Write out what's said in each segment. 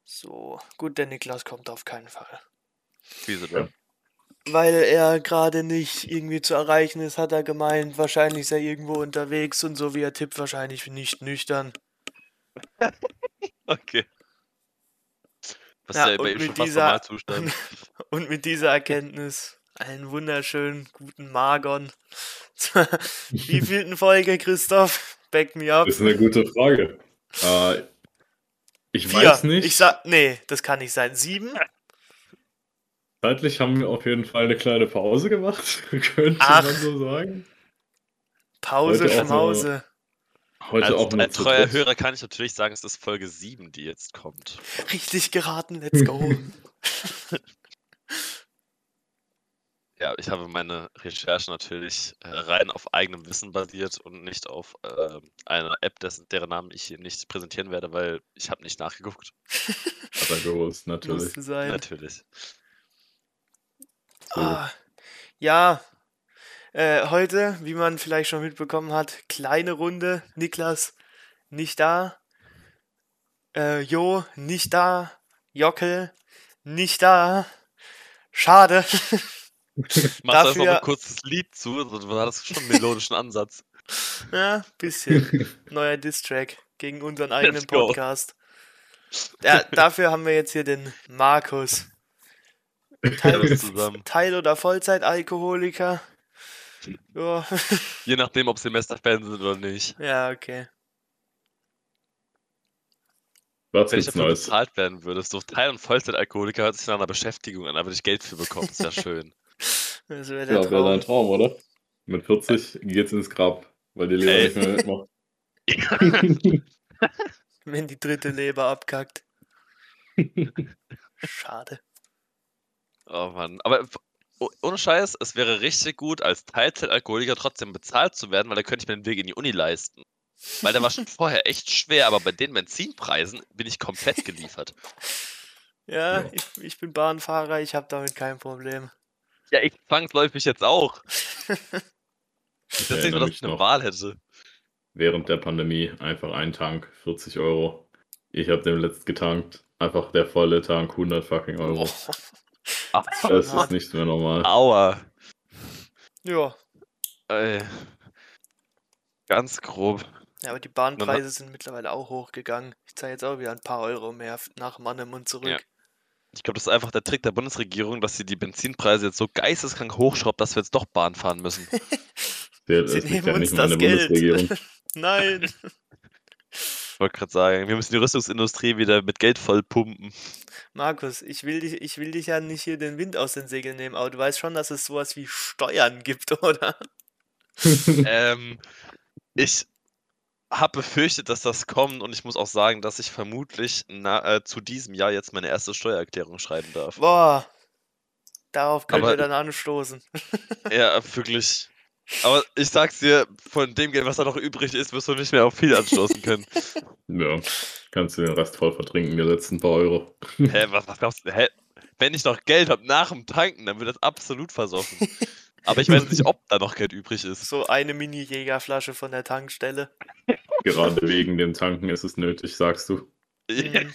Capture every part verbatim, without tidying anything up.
So, gut, der Niklas kommt auf keinen Fall. Wieso denn? Weil er gerade nicht irgendwie zu erreichen ist, hat er gemeint, wahrscheinlich ist er irgendwo unterwegs und so wie er tippt, wahrscheinlich nicht nüchtern. Okay. Was Ja, ist ja bei und ihm schon mit fast dieser Normalzustand. und mit dieser Erkenntnis einen wunderschönen guten Margon. Wie vielten Folge, Christoph? Back me up. Das ist eine gute Frage. Äh, ich Vier. weiß nicht. Ich sag, nee, das kann nicht sein. Sieben? Zeitlich haben wir auf jeden Fall eine kleine Pause gemacht, könnte Ach. man so sagen. Pause, Heute auch Schmause. nur, heute Als auch nur ein zu treuer dritt. Hörer kann ich natürlich sagen, es ist Folge sieben, die jetzt kommt. Richtig geraten, let's go. Ja, ich habe meine Recherche natürlich äh, rein auf eigenem Wissen basiert und nicht auf äh, einer App, dessen, deren Namen ich hier nicht präsentieren werde, weil ich habe nicht nachgeguckt. Hat er gewusst, natürlich. Musste sein. Natürlich. So. Ah, ja, äh, heute, wie man vielleicht schon mitbekommen hat, kleine Runde. Niklas nicht da. Äh, Jo nicht da. Jockel nicht da. Schade. Machst du einfach mal Dafür, kurz das Lied zu, dann hat das schon einen melodischen Ansatz. ja, bisschen. Neuer Diss-Track gegen unseren eigenen Let's go. Podcast. Ja, dafür haben wir jetzt hier den Markus. Teil, Alles zusammen. Teil- oder Vollzeitalkoholiker. Ja. Je nachdem, ob Semesterferien sind oder nicht. Ja, okay. Was Wenn ich gibt's dafür Neues? bezahlt werden würde, so Teil- und Vollzeitalkoholiker hört sich nach einer Beschäftigung an, da würde ich Geld für bekommen, ist ja schön. Das wäre der Ja, wäre dein Traum. Traum, oder? Mit vierzig geht's ins Grab, weil die Leber Ey. nicht mehr mitmacht. Wenn die dritte Leber abkackt. Schade. Oh Mann, aber f- oh- ohne Scheiß, es wäre richtig gut, als Teilzeitalkoholiker trotzdem bezahlt zu werden, weil da könnte ich mir den Weg in die Uni leisten. Weil der war schon vorher echt schwer, aber bei den Benzinpreisen bin ich komplett geliefert. Ja, Ja. ich, ich bin Bahnfahrer, ich habe damit kein Problem. Ja, ich zwangsläufig jetzt auch. Ich Deswegen, erinnere dass mich ich eine noch, Wahl hätte. während der Pandemie einfach ein Tank, vierzig Euro. Ich habe den letzt getankt. Einfach der volle Tank, hundert fucking Euro. Ah, Das hart. ist nicht mehr normal. Aua. Ja. Ey. Ganz grob. Ja, aber die Bahnpreise sind mittlerweile auch hochgegangen. Ich zahle jetzt auch wieder ein paar Euro mehr nach Mannem und zurück. Ja. Ich glaube, das ist einfach der Trick der Bundesregierung, dass sie die Benzinpreise jetzt so geisteskrank hochschraubt, dass wir jetzt doch Bahn fahren müssen. Der, Sie es liegt nehmen ja uns nicht mal an das der Geld. Bundesregierung. Nein. Ich wollte gerade sagen, wir müssen die Rüstungsindustrie wieder mit Geld vollpumpen. Markus, ich will dich, ich will dich ja nicht hier den Wind aus den Segeln nehmen, aber du weißt schon, dass es sowas wie Steuern gibt, oder? ähm, ich habe befürchtet, dass das kommt und ich muss auch sagen, dass ich vermutlich na, äh, zu diesem Jahr jetzt meine erste Steuererklärung schreiben darf. Boah. Darauf können Aber- wir dann anstoßen. Ja, wirklich. Aber ich sag's dir, von dem Geld, was da noch übrig ist, wirst du nicht mehr auf viel anstoßen können. Ja, kannst du den Rest voll vertrinken, die letzten paar Euro. Hä, was, was glaubst du? Hä? Wenn ich noch Geld habe nach dem Tanken, dann wird das absolut versoffen. Aber ich weiß nicht, ob da noch Geld übrig ist. So eine Mini-Jägerflasche von der Tankstelle. Gerade wegen dem Tanken ist es nötig, sagst du. Mhm.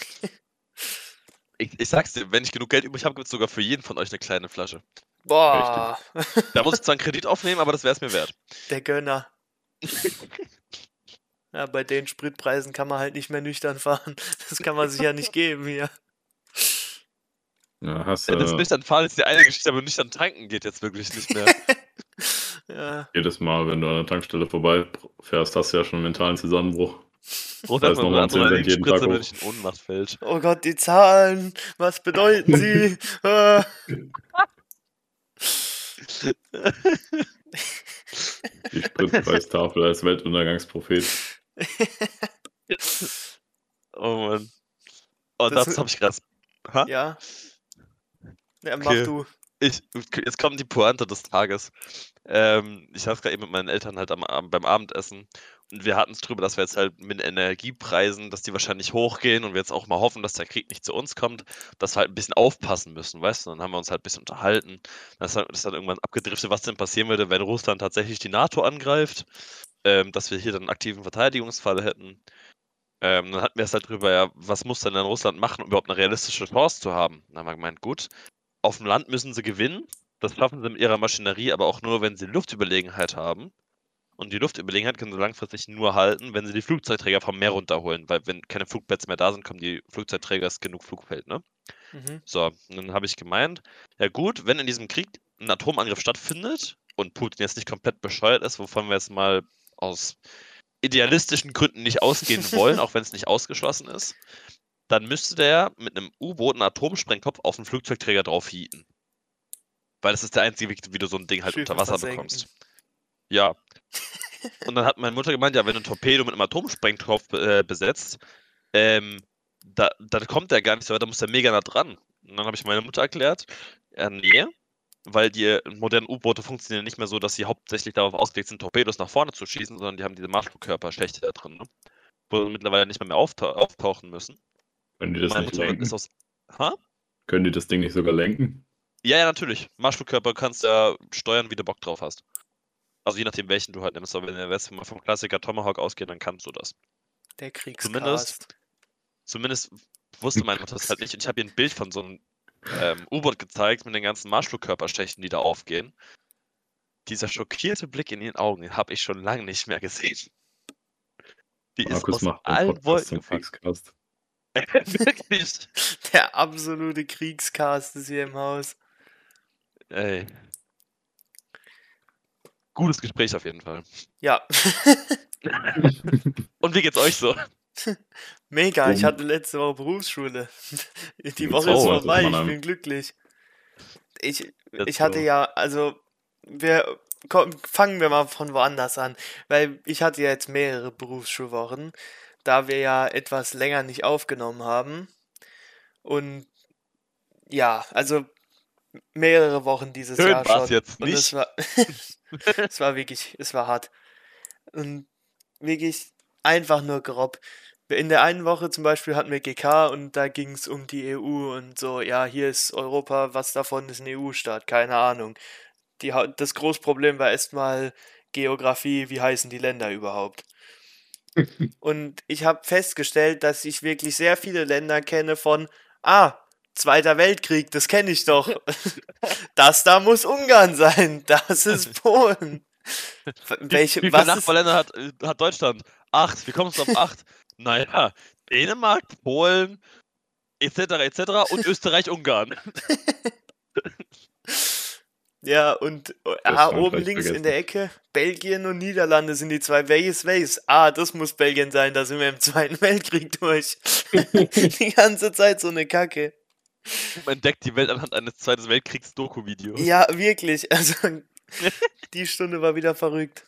Ich, ich sag's dir, wenn ich genug Geld übrig habe, gibt's sogar für jeden von euch eine kleine Flasche. Boah. Da muss ich zwar einen Kredit aufnehmen, aber das wär's mir wert. Der Gönner. Ja, bei den Spritpreisen kann man halt nicht mehr nüchtern fahren. Das kann man sich ja nicht geben hier. Ja, hast Ja, das du nüchtern fahren ist die eine Geschichte, aber nüchtern tanken geht jetzt wirklich nicht mehr. Ja, jedes Mal, wenn du an der Tankstelle vorbeifährst, hast du ja schon einen mentalen Zusammenbruch. Braucht Da ist einfach noch nur mal um zehn Cent jeden Tag Adrenalinspritze, wenn hoch. ich in Ohnmacht fällt. oh Gott, die Zahlen, was bedeuten sie? Ah. Die Spritpreistafel als Weltuntergangsprophet. Oh Mann. Oh, Das- das habe ich gerade. Ha? Ja. Ja, mach Okay. du. Ich, jetzt kommt die Pointe des Tages. Ähm, ich saß gerade eben mit meinen Eltern halt am, Abend- beim Abendessen und wir hatten es drüber, dass wir jetzt halt mit Energiepreisen, dass die wahrscheinlich hochgehen und wir jetzt auch mal hoffen, dass der Krieg nicht zu uns kommt, dass wir halt ein bisschen aufpassen müssen, weißt du? Dann haben wir uns halt ein bisschen unterhalten. Das ist dann irgendwann abgedriftet, was denn passieren würde, wenn Russland tatsächlich die NATO angreift, ähm, dass wir hier dann einen aktiven Verteidigungsfall hätten. Ähm, dann hatten wir es halt drüber, ja, was muss denn dann Russland machen, um überhaupt eine realistische Chance zu haben? Dann haben wir gemeint, gut, auf dem Land müssen sie gewinnen. Das schaffen sie mit ihrer Maschinerie, aber auch nur, wenn sie Luftüberlegenheit haben. Und die Luftüberlegenheit können sie langfristig nur halten, wenn sie die Flugzeugträger vom Meer runterholen. Weil wenn keine Flugplätze mehr da sind, kommen die Flugzeugträger, ist genug Flugfeld, ne? Mhm. So, und dann habe ich gemeint, ja gut, wenn in diesem Krieg ein Atomangriff stattfindet und Putin jetzt nicht komplett bescheuert ist, wovon wir jetzt mal aus idealistischen Gründen nicht ausgehen wollen, auch wenn es nicht ausgeschlossen ist, dann müsste der mit einem U-Boot einen Atomsprengkopf auf einen Flugzeugträger drauf hieten. Weil das ist der einzige Weg, wie du so ein Ding halt Schiffe unter Wasser versenken. bekommst. Ja. Und dann hat meine Mutter gemeint, ja, wenn du ein Torpedo mit einem Atomsprengkopf äh, besetzt, ähm, da, dann kommt der gar nicht so weit, da muss der mega nah dran. Und dann habe ich meiner Mutter erklärt, ja, nee, weil die modernen U-Boote funktionieren nicht mehr so, dass sie hauptsächlich darauf ausgelegt sind, Torpedos nach vorne zu schießen, sondern die haben diese Marschflugkörperschächte da drin, ne? Wo sie mittlerweile nicht mehr, mehr auftau auftauchen müssen. Können die das Meine nicht Mutter lenken? ist aus. Ha? Können die das Ding nicht sogar lenken? Ja, ja, natürlich. Marschflugkörper kannst du ja steuern, wie du Bock drauf hast. Also je nachdem, welchen du halt nimmst. Aber wenn wir jetzt mal vom Klassiker Tomahawk ausgehen, dann kannst du das. Der Zumindest, Kriegscast. zumindest wusste meine Mutter das halt nicht. Und ich habe ihr ein Bild von so einem ähm, U-Boot gezeigt mit den ganzen Marschflugkörperschächten, die da aufgehen. Dieser schockierte Blick in ihren Augen, den habe ich schon lange nicht mehr gesehen. Die ist Markus aus macht einen allen Podcast Wolken zum gefallen. Kriegscast. Wirklich. Der absolute Kriegscast ist hier im Haus. Ey. Gutes Gespräch auf jeden Fall. Ja. Und wie geht's euch so? Mega, ich Um- hatte letzte Woche Berufsschule. Die Wie Woche ist so, das vorbei, man ich am- bin glücklich. Ich, Let's ich hatte go. ja, also, wir komm, fangen wir mal von woanders an, weil ich hatte ja jetzt mehrere Berufsschulwochen, da wir ja etwas länger nicht aufgenommen haben. Und ja, also mehrere Wochen dieses Schön Jahr war's schon. jetzt Und es nicht. war, es war wirklich, es war hart. Und wirklich einfach nur grob. In der einen Woche zum Beispiel hatten wir G K und da ging es um die E U und so, ja, hier ist Europa, was davon ist ein E U-Staat, keine Ahnung. Die, Hau- das Großproblem war erstmal Geografie, wie heißen die Länder überhaupt? Und ich habe festgestellt, dass ich wirklich sehr viele Länder kenne von, ah, Zweiter Weltkrieg, das kenne ich doch. Das da muss Ungarn sein, das ist Polen. Welche, Wie viele was ist, Nachbarländer hat, äh, hat Deutschland? Acht. Wie kommst du auf acht? Naja, Dänemark, Polen, et cetera et cetera und Österreich-Ungarn. ja, und Das ah, Frankreich oben links in vergessen. der Ecke, Belgien und Niederlande sind die zwei. Welches, welches? Ah, das muss Belgien sein, da sind wir im Zweiten Weltkrieg durch. Die ganze Zeit so eine Kacke. Man entdeckt die Welt anhand eines Zweiten Weltkriegs-Doku-Videos. Ja, wirklich, also die Stunde war wieder verrückt.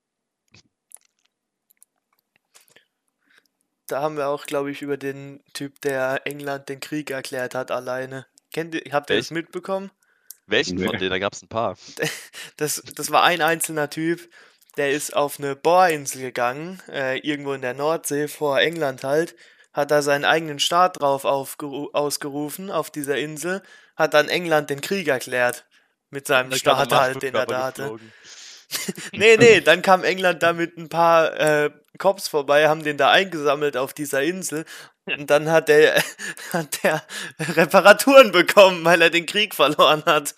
Da haben wir auch, glaube ich, über den Typ, der England den Krieg erklärt hat, alleine. Kennt ihr, habt ihr das Echt? mitbekommen? Welchen Nee. von denen? Da gab es ein paar. Das, das war ein einzelner Typ, der ist auf eine Bohrinsel gegangen, äh, irgendwo in der Nordsee, vor England halt, hat da seinen eigenen Staat drauf aufgeru ausgerufen, auf dieser Insel, hat dann England den Krieg erklärt. Mit seinem Da kam ein Staat halt, den er Marschflugkörper da hatte. geflogen. Nee, nee, dann kam England da mit ein paar äh, Cops vorbei, haben den da eingesammelt auf dieser Insel und dann hat der, hat der Reparaturen bekommen, weil er den Krieg verloren hat.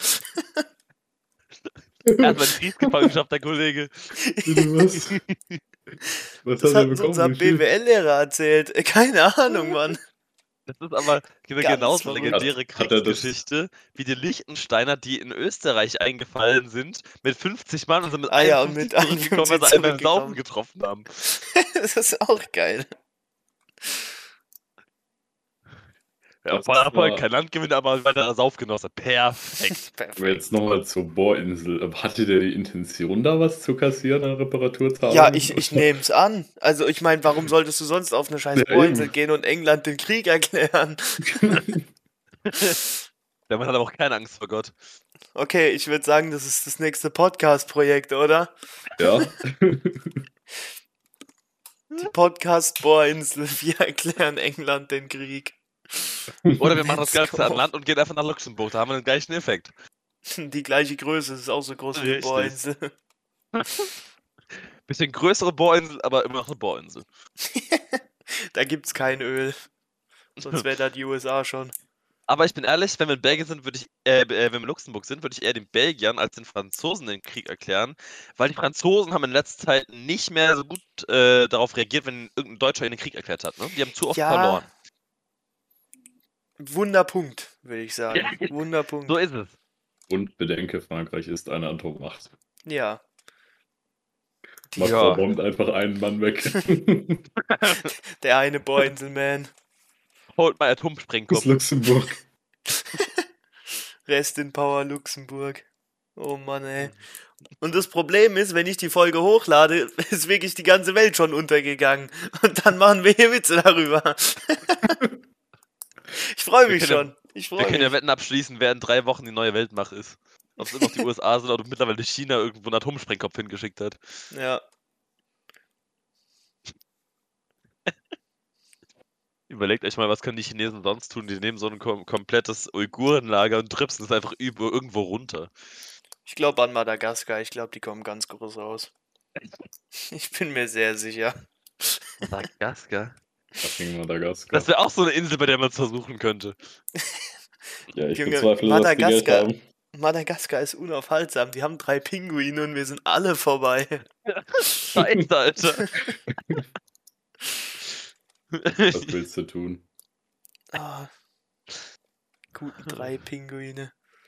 Er hat mal die Kriegsgefangenschaft, der Kollege. Bitte was? Was Das hat er hat uns bekommen? unser Wie viel? B W L-Lehrer erzählt. Äh, Keine Ahnung, Mann. Das ist aber eine Ganz genauso verrückt. legendäre Hat- hat er das- Kriegsgeschichte wie die Liechtensteiner, die in Österreich eingefallen sind, mit fünfzig Mann und sind mit Ah ja, und mit einundfünfzig zurückgekommen, weil sie einen beim zurückgekommen. Saufen getroffen haben. Das ist auch geil. Ja, Das voll Erfolg, war- kein Landgewinn, aber weiter als Saufgenosse. Perfekt. Aber Perfekt. jetzt nochmal zur Bohrinsel. Aber Hatte der die Intention, da was zu kassieren an Reparaturzahlen? Ja, ich, ich nehme es an. Also ich meine, warum solltest du sonst auf eine scheiß Ja, Bohrinsel eben. gehen und England den Krieg erklären? Der Mann hat aber auch keine Angst vor Gott. Okay, ich würde sagen, das ist das nächste Podcast-Projekt, oder? Ja. Die Podcast-Bohrinsel, wir erklären England den Krieg. Oder wir machen das Let's Ganze an go. Land und gehen einfach nach Luxemburg. Da haben wir den gleichen Effekt. Die gleiche Größe, es ist auch so groß wie eine Richtig. Bohrinsel. Bisschen größere Bohrinsel, aber immer noch eine Bohrinsel. Da gibt's kein Öl. Sonst wäre da die U S A schon. Aber ich bin ehrlich, wenn wir in Belgien sind, würde ich, äh, äh, wenn wir in Luxemburg sind, würde ich eher den Belgiern als den Franzosen den Krieg erklären, weil die Franzosen haben in letzter Zeit nicht mehr so gut äh, darauf reagiert, wenn irgendein Deutscher ihnen den Krieg erklärt hat. Ne? Die haben zu oft Ja. verloren. Wunderpunkt, würde ich sagen. Wunderpunkt. So ist es. Und bedenke, Frankreich ist eine Atommacht. Ja. Macron Ja. bombt einfach einen Mann weg. Der eine Boinselman. Holt mal Aus Atomsprengkopf. Luxemburg. Rest in Power Luxemburg. Oh Mann, ey. Und das Problem ist, wenn ich die Folge hochlade, ist wirklich die ganze Welt schon untergegangen. Und dann machen wir hier Witze darüber. Ich freue Wir mich können schon. Ich Wir freue können ja mich. Wetten abschließen, wer in drei Wochen die neue Weltmacht ist. Ob es immer noch die U S A sind oder mittlerweile China irgendwo einen Atomsprengkopf hingeschickt hat. Ja. Überlegt euch mal, was können die Chinesen sonst tun? Die nehmen so ein kom komplettes Uigurenlager und tripsen es einfach über irgendwo runter. Ich glaube an Madagaskar. Ich glaube, die kommen ganz groß raus. Ich bin mir sehr sicher. Madagaskar? Fucking Madagaskar. Das wäre auch so eine Insel, bei der man es versuchen könnte. Ja, ich Junge, bezweifle, dass die Geld Madagaskar. haben. Madagaskar ist unaufhaltsam. Die haben drei Pinguine und wir sind alle vorbei. Scheiße, Alter. Was willst du tun? Ah. Guten drei Pinguine.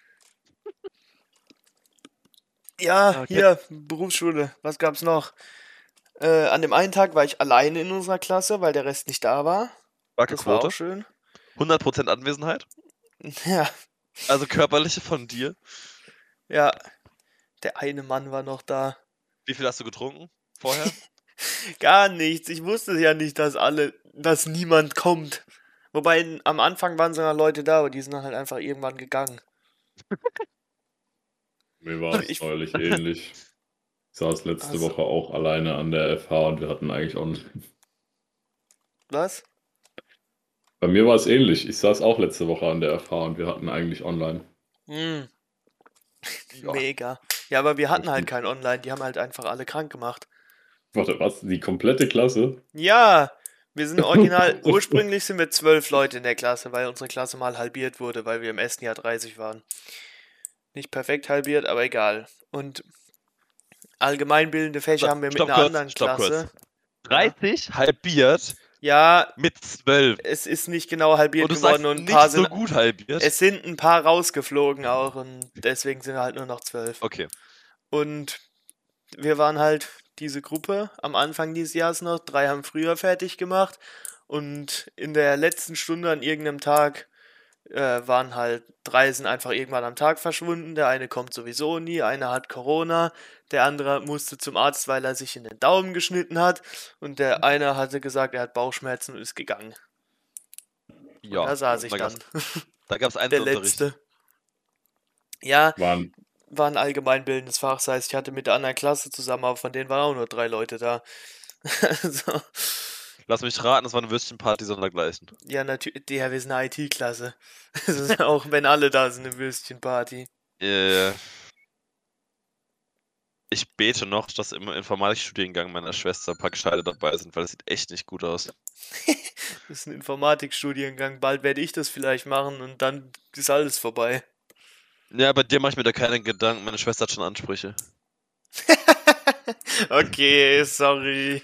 Ja, Okay. hier, Berufsschule. Was gab's noch? Äh, an dem einen Tag war ich alleine in unserer Klasse, weil der Rest nicht da war. Das war auch Wackelquote? schön. hundert Prozent Anwesenheit? Ja, Also körperliche von dir? ja. Der eine Mann war noch da. Wie viel hast du getrunken vorher? Gar nichts. Ich wusste ja nicht, dass alle, dass niemand kommt. Wobei n- am Anfang waren sogar Leute da, aber die sind dann halt einfach irgendwann gegangen. Mir war es Ich- neulich ähnlich. Ich saß letzte Also- Woche auch alleine an der F H und wir hatten eigentlich auch. Was? Bei mir war es ähnlich. Ich saß auch letzte Woche an der F H und wir hatten eigentlich online. Hm, Ja. mega. Ja, aber wir hatten halt Richtig. kein Online. Die haben halt einfach alle krank gemacht. Warte, was? Die komplette Klasse? Ja, wir sind original. Ursprünglich sind wir zwölf Leute in der Klasse, weil unsere Klasse mal halbiert wurde, weil wir im ersten Jahr dreißig waren. Nicht perfekt halbiert, aber egal. Und allgemeinbildende Fächer Stopp, haben wir mit stopp einer kurz, anderen stopp kurz. Klasse. dreißig halbiert Ja, mit zwölf. es ist nicht genau halbiert Und du geworden sagst und ein nicht paar so sind. gut halbiert. Es sind ein paar rausgeflogen auch und deswegen sind wir halt nur noch zwölf. Okay. Und wir waren halt diese Gruppe am Anfang dieses Jahres noch. Drei haben früher fertig gemacht und in der letzten Stunde an irgendeinem Tag äh, waren halt drei sind einfach irgendwann am Tag verschwunden. Der eine kommt sowieso nie, einer hat Corona, der andere musste zum Arzt, weil er sich in den Daumen geschnitten hat und der eine hatte gesagt, er hat Bauchschmerzen und ist gegangen. Ja. Da saß ich da dann. gab's- Da gab es einen Der Unterricht. letzte. Ja, Waren, war ein allgemeinbildendes Fach, das heißt, ich hatte mit der anderen Klasse zusammen, aber von denen waren auch nur drei Leute da. Also, Lass mich raten, das war eine Würstchenparty sondergleichen. ja, natürlich, ja, wir sind eine I T-Klasse. Das ist auch, wenn alle da sind, eine Würstchenparty. Äh, ich bete noch, dass im Informatikstudiengang meiner Schwester ein paar Gescheite dabei sind, weil das sieht echt nicht gut aus. Das ist ein Informatikstudiengang, bald werde ich das vielleicht machen und dann ist alles vorbei. Ja, bei dir mache ich mir da keine Gedanken, meine Schwester hat schon Ansprüche. Okay, sorry.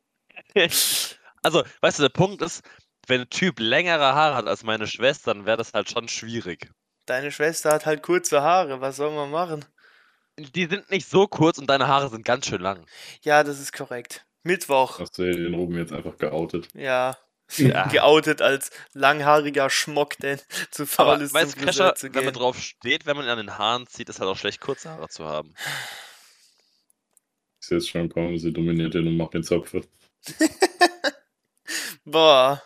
Also, weißt du, der Punkt ist, wenn ein Typ längere Haare hat als meine Schwester, dann wäre das halt schon schwierig. Deine Schwester hat halt kurze Haare, was soll man machen? Die sind nicht so kurz und deine Haare sind ganz schön lang. Ja, das ist korrekt. Mittwoch, hast du den Ruben jetzt einfach geoutet? ja. Ja. Geoutet als langhaariger Schmock, der zu faul Aber ist, zum weißt du, Friseur Kescher, zu wenn man gehen. drauf steht, wenn man ihn an den Haaren zieht, ist halt auch schlecht, kurze Haare zu haben. Ich sehe es schon kommen, sie dominiert den und macht den Zopf. Boah.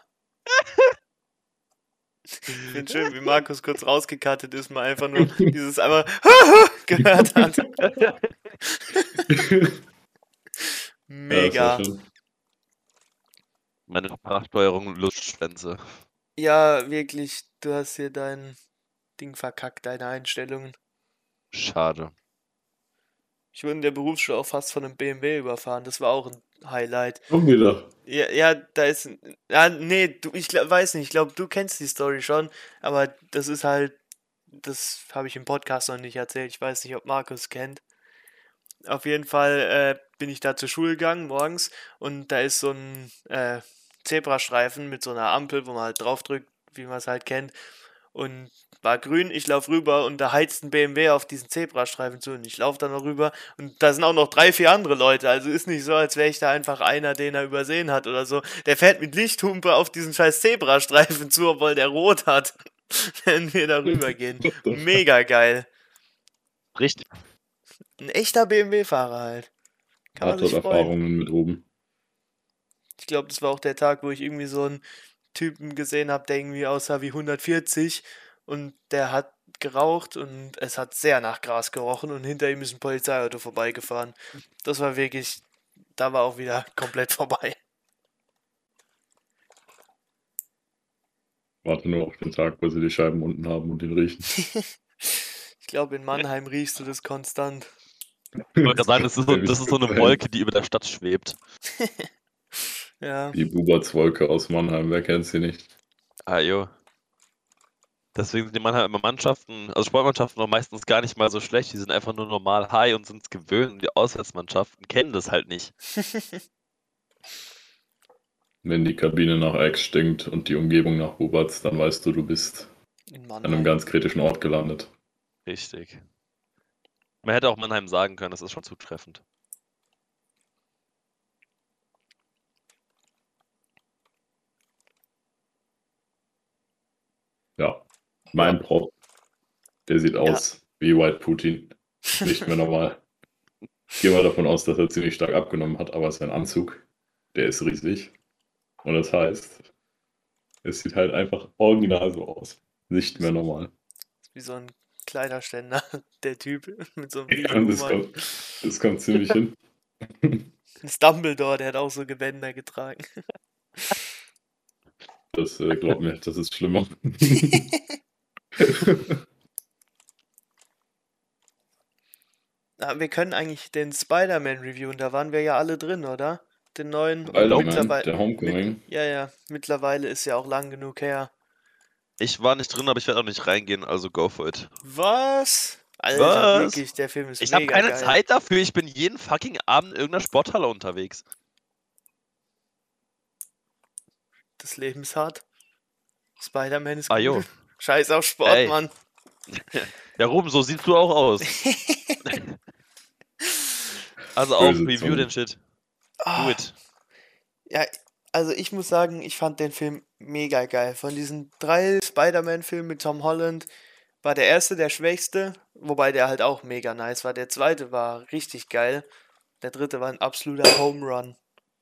Ich finde schön, wie Markus kurz rausgekattet ist, mal einfach nur dieses einmal gehört hat. Ja, Mega. das war schön. Meine Sprachsteuerung Lustschwänze. Ja, wirklich, du hast hier dein Ding verkackt, deine Einstellungen. Schade. Ich wurde in der Berufsschule auch fast von einem B M W überfahren. Das war auch ein Highlight. Komm wieder. Ja, ja, da ist. Ja, nee, du, ich glaub, weiß nicht, ich glaube, du kennst die Story schon, aber das ist halt. Das habe ich im Podcast noch nicht erzählt. Ich weiß nicht, ob Markus kennt. Auf jeden Fall äh, bin ich da zur Schule gegangen morgens und da ist so ein äh, Zebrastreifen mit so einer Ampel, wo man halt draufdrückt, wie man es halt kennt. Und war grün, ich laufe rüber und da heizt ein B M W auf diesen Zebrastreifen zu und ich laufe da noch rüber und da sind auch noch drei, vier andere Leute. Also ist nicht so, als wäre ich da einfach einer, den er übersehen hat oder so. Der fährt mit Lichthumpe auf diesen scheiß Zebrastreifen zu, obwohl der rot hat, wenn wir da rübergehen. What the fuck? Mega geil. Richtig. Ein echter B M W-Fahrer halt. Kann man Hat dort sich freuen. Erfahrungen mit oben. Ich glaube, das war auch der Tag, wo ich irgendwie so einen Typen gesehen habe, der irgendwie aussah wie hundertvierzig und der hat geraucht und es hat sehr nach Gras gerochen und hinter ihm ist ein Polizeiauto vorbeigefahren. Das war wirklich, da war auch wieder komplett vorbei. Warte nur auf den Tag, wo sie die Scheiben unten haben und ihn riechen. Ich glaube, in Mannheim riechst du das konstant. Ich wollte gerade sagen, das ist, so, das ist so eine Wolke, die über der Stadt schwebt. Ja, Die Bubertswolke aus Mannheim, wer kennt sie nicht? Ah, jo. Deswegen sind die Mannheimer Mannschaften, also Sportmannschaften auch meistens gar nicht mal so schlecht. Die sind einfach nur normal high und sind es gewöhnt. Und die Auswärtsmannschaften kennen das halt nicht. Wenn die Kabine nach Ex stinkt und die Umgebung nach Buberts, dann weißt du, du bist in an einem Mannheim. ganz kritischen Ort gelandet. Richtig. Man hätte auch Mannheim sagen können, das ist schon zutreffend. Ja, mein Ja. Prop, der sieht Ja. aus wie White Putin. Nicht mehr normal. Ich gehe mal davon aus, dass er ziemlich stark abgenommen hat, aber sein Anzug, der ist riesig. Und das heißt, es sieht halt einfach original so aus. Nicht mehr normal. Wie so ein Kleiderständer, der Typ mit so einem Ja, riesen das Umhang. kommt, das kommt ziemlich hin. Das Dumbledore, der hat auch so Gewänder getragen. Das äh, glaub mir, das ist schlimmer. Ah, wir können eigentlich den Spider-Man reviewen, da waren wir ja alle drin, oder? Den neuen. Spider-Man, mittlerweile- der Homecoming. Mit, ja, ja, mittlerweile ist ja auch lang genug her. Ich war nicht drin, aber ich werde auch nicht reingehen, also go for it. Was? Alter, Was? wirklich, der Film ist Ich habe mega keine geil. Zeit dafür, ich bin jeden fucking Abend in irgendeiner Sporthalle unterwegs. Das Leben ist hart. Spider-Man ist Ah, gut. jo. Scheiß auf Sport, Ey. Mann. Ja, Ruben, so siehst du auch aus. Also auch Böse review Zunge. den Shit. Do Ah, it. ja, also ich muss sagen, ich fand den Film mega geil. Von diesen drei Spider-Man-Filmen mit Tom Holland war der erste der schwächste, wobei der halt auch mega nice war. Der zweite war richtig geil. Der dritte war ein absoluter Home Run.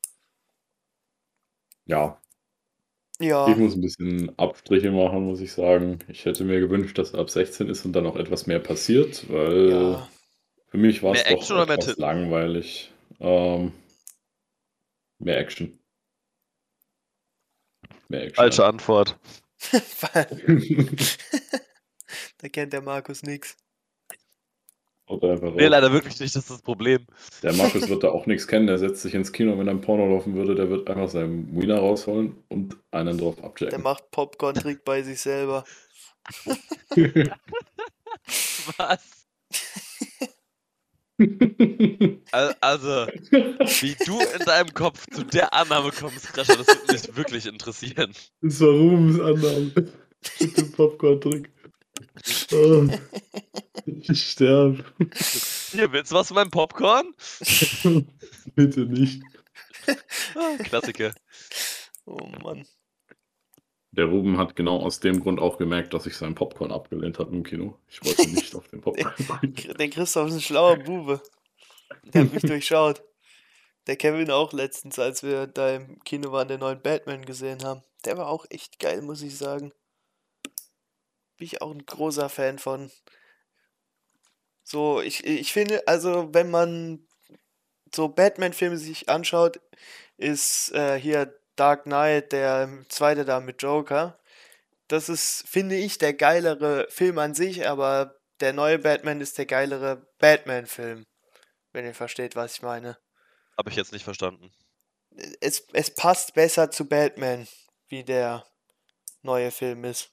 Ja, Ja, ich muss ein bisschen Abstriche machen, muss ich sagen. Ich hätte mir gewünscht, dass er ab sechzehn ist und dann auch etwas mehr passiert, weil ja. für mich war es Mehr doch Action oder mehr etwas Titten? langweilig. Ähm, mehr Action. Mehr Action. Falsche Antwort. Da kennt der Markus nix. Oder einfach Nee, raus. leider wirklich nicht, das ist das Problem. Der Markus wird da auch nichts kennen, der setzt sich ins Kino, wenn er ein Porno laufen würde, der wird einfach seinen Wiener rausholen und einen drauf Der abchecken. macht Popcorn-Trick bei sich selber. Was? Al- Also, wie du in deinem Kopf zu der Annahme kommst, Krascher, das würde mich wirklich interessieren. Das war Rubens Annahme. Mit dem Popcorn-Trick. Oh, ich sterbe. Hier, willst du was von meinem Popcorn? Bitte nicht. Ah, Klassiker. Oh Mann. Der Ruben hat genau aus dem Grund auch gemerkt, dass ich seinen Popcorn abgelehnt habe im Kino. Ich wollte nicht auf den Popcorn bringen. Der Christoph ist ein schlauer Bube. Der hat mich durchschaut. Der Kevin auch letztens, als wir da im Kino waren, den neuen Batman gesehen haben. Der war auch echt geil, muss ich sagen. Bin ich auch ein großer Fan von. So, ich, ich finde, also wenn man so Batman-Filme sich anschaut, ist äh, hier Dark Knight, der zweite da mit Joker. Das ist, finde ich, der geilere Film an sich, aber der neue Batman ist der geilere Batman-Film. Wenn ihr versteht, was ich meine. Habe ich jetzt nicht verstanden. es, es passt besser zu Batman, wie der neue Film ist.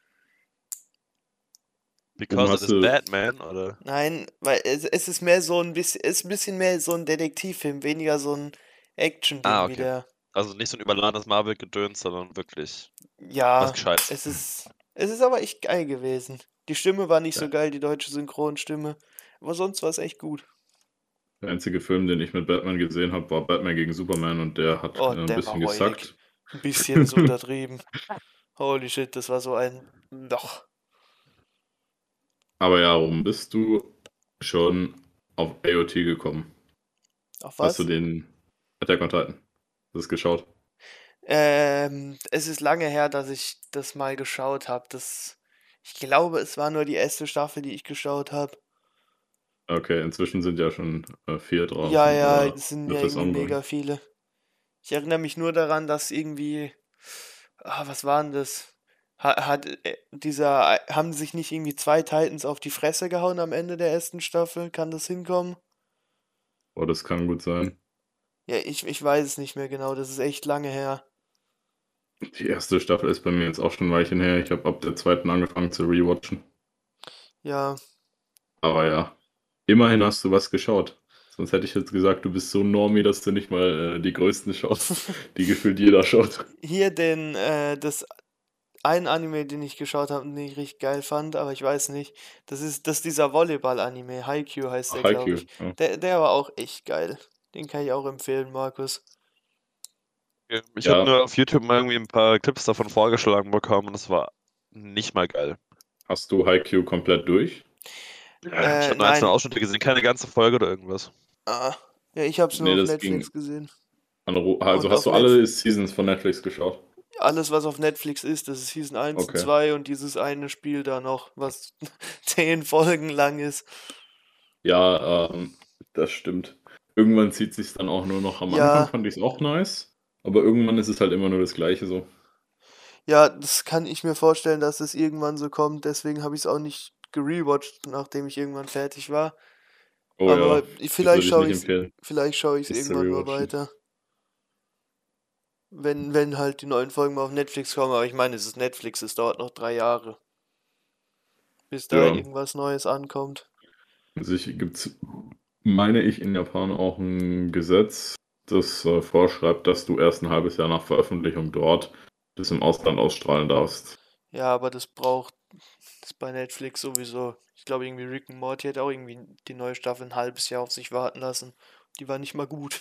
Because hast it is du- Batman, oder? Nein, weil es, es ist mehr so ein bisschen, es ist ein bisschen mehr so ein Detektivfilm, weniger so ein Action-Ding Ah, wie okay. der. Also nicht so ein überladenes Marvel-Gedöns, sondern wirklich was Ja, Gescheites. es ist, es ist aber echt geil gewesen. Die Stimme war nicht so Ja. geil, die deutsche Synchronstimme, aber sonst war es echt gut. Der einzige Film, den ich mit Batman gesehen habe, war Batman gegen Superman und der hat Oh, äh, ein der bisschen war räudig. gesackt. Ein bisschen ist untertrieben. Holy shit, das war so ein Loch. Aber ja, warum bist du schon auf A O T gekommen? Auf Hast du was? den Attack on Titan? Das geschaut? Ähm, es ist lange her, dass ich das mal geschaut habe. Das, ich glaube, es war nur die erste Staffel, die ich geschaut habe. Okay, inzwischen sind ja schon äh, vier draußen. Ja, ja, oder es sind wird ja das irgendwie ongoing? mega viele. Ich erinnere mich nur daran, dass irgendwie, ah, was war denn das? Ha- Hat äh, dieser, haben sich nicht irgendwie zwei Titans auf die Fresse gehauen am Ende der ersten Staffel? Kann das hinkommen? Oh, das kann gut sein. Ja, ich, ich weiß es nicht mehr genau. Das ist echt lange her. Die erste Staffel ist bei mir jetzt auch schon ein Weilchen her. Ich habe ab der zweiten angefangen zu rewatchen. Ja, Aber ja, immerhin hast du was geschaut. Sonst hätte ich jetzt gesagt, du bist so normie, dass du nicht mal äh, die größten schaust, die gefühlt jeder schaut. hier den, äh, das ein Anime, den ich geschaut habe und den ich richtig geil fand, aber ich weiß nicht. Das ist, das ist dieser Volleyball-Anime. Haikyuu heißt der, Ach, glaube Haikyuu. ich. Ja. Der, der war auch echt geil. Den kann ich auch empfehlen, Markus. Ich Ja. habe nur auf YouTube mal irgendwie ein paar Clips davon vorgeschlagen bekommen und das war nicht mal geil. Hast du Haikyuu komplett durch? ich Äh, habe nur einzelne nein. Ausschnitte gesehen, keine ganze Folge oder irgendwas. Ah, ja, ich hab's nur Nee, auf das Netflix ging. gesehen. An Ru- Also Und hast auf du alle Seasons von Netflix geschaut? Alles, was auf Netflix ist, das ist Season eins und Okay. zwei und dieses eine Spiel da noch, was zehn Folgen lang ist. Ja, ähm, das stimmt. Irgendwann zieht sich dann auch nur noch. Am Ja. Anfang fand ich es auch nice, aber irgendwann ist es halt immer nur das Gleiche so. Ja, das kann ich mir vorstellen, dass es irgendwann so kommt. Deswegen habe ich es auch nicht gerewatcht, nachdem ich irgendwann fertig war. Oh Aber ja, ich- das vielleicht würde ich schaue nicht ich empfehlen. vielleicht schaue ich es Das zu irgendwann mal rewatchen. weiter. Wenn, wenn halt die neuen Folgen mal auf Netflix kommen. Aber ich meine, es ist Netflix, es dauert noch drei Jahre, bis da Ja. irgendwas Neues ankommt. An sich gibt's, meine ich, in Japan auch ein Gesetz, das äh, vorschreibt, dass du erst ein halbes Jahr nach Veröffentlichung dort das im Ausland ausstrahlen darfst. Ja, aber das braucht das bei Netflix sowieso. Ich glaube, irgendwie Rick and Morty hat auch irgendwie die neue Staffel ein halbes Jahr auf sich warten lassen. Die war nicht mal gut.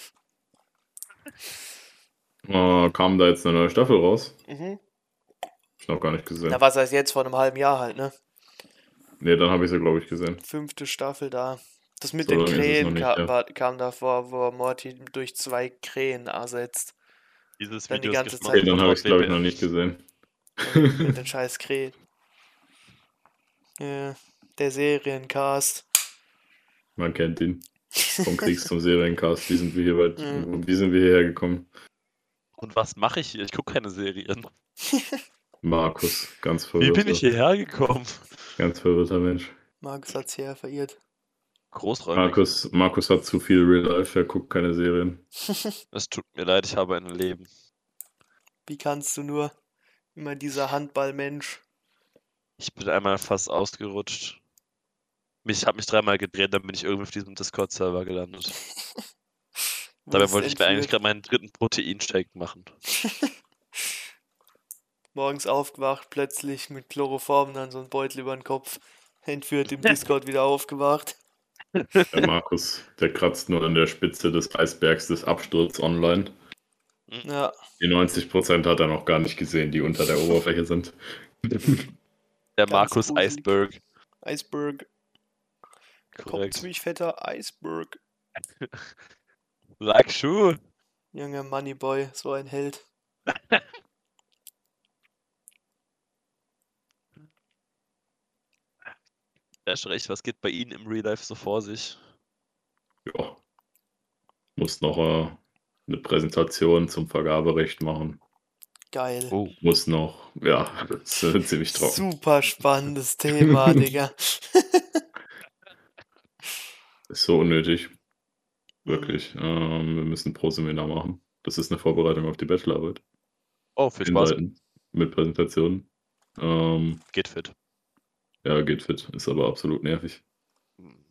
Äh, kam da jetzt eine neue Staffel raus? Mhm. Ich noch gar nicht gesehen. Na, was heißt jetzt vor einem halben Jahr halt, ne? Nee, dann habe ich sie, glaube ich, gesehen. Fünfte Staffel da. Das mit So den lange ist es noch Krähen nicht, ka ja. war, kam davor, wo Morty durch zwei Krähen ersetzt. Dieses Dann die Video ist ganze gesponsert Zeit- Okay, dann von habe ich es, glaube ich, NordVPN. noch nicht gesehen. Mit den scheiß Krähen. Ja, der Seriencast. Man kennt ihn. Vom Kriegs zum Seriencast. Wie sind wir hier weit, Ja. wie sind wir hierher gekommen? Und was mache ich hier? Ich gucke keine Serien. Markus, ganz Wie bin ich verwirrter, hierher gekommen? ganz verwirrter Mensch. Markus hat's hier verirrt. Großräumig. Markus, Markus hat zu viel Real Life, er guckt keine Serien. Es tut mir leid, ich habe ein Leben. Wie kannst du nur? Immer dieser Handballmensch. Ich bin einmal fast ausgerutscht. Ich habe mich dreimal gedreht, dann bin ich irgendwie auf diesem Discord-Server gelandet. Dabei Wurdest wollte ich mir eigentlich entführt. gerade meinen dritten Proteinshake machen. Morgens aufgewacht, plötzlich mit Chloroform dann so ein Beutel über den Kopf. Entführt, im Discord wieder aufgewacht. Der Markus, der kratzt nur an der Spitze des Eisbergs des Absturz online. Ja, Die neunzig Prozent hat er noch gar nicht gesehen, die unter der Oberfläche sind. Der Ganz Markus gruselig. Iceberg. Iceberg. Kommt Korrekt. ziemlich fetter Iceberg. Like Schuh. Junger Moneyboy, so ein Held. Ja, ist recht. Was geht bei Ihnen im Real Life so vor sich? Ja. Muss noch äh, eine Präsentation zum Vergaberecht machen. Geil. Oh. Muss noch, ja, das ist ziemlich trocken. Super spannendes Thema, Digga. Ist so unnötig. Mhm. Wirklich. Ähm, wir müssen Pro-Seminar machen. Das ist eine Vorbereitung auf die Bachelorarbeit. Oh, viel Zehn Spaß. Seiten mit Präsentationen. Ähm, Geht fit. ja, geht fit. Ist aber absolut nervig. Mhm.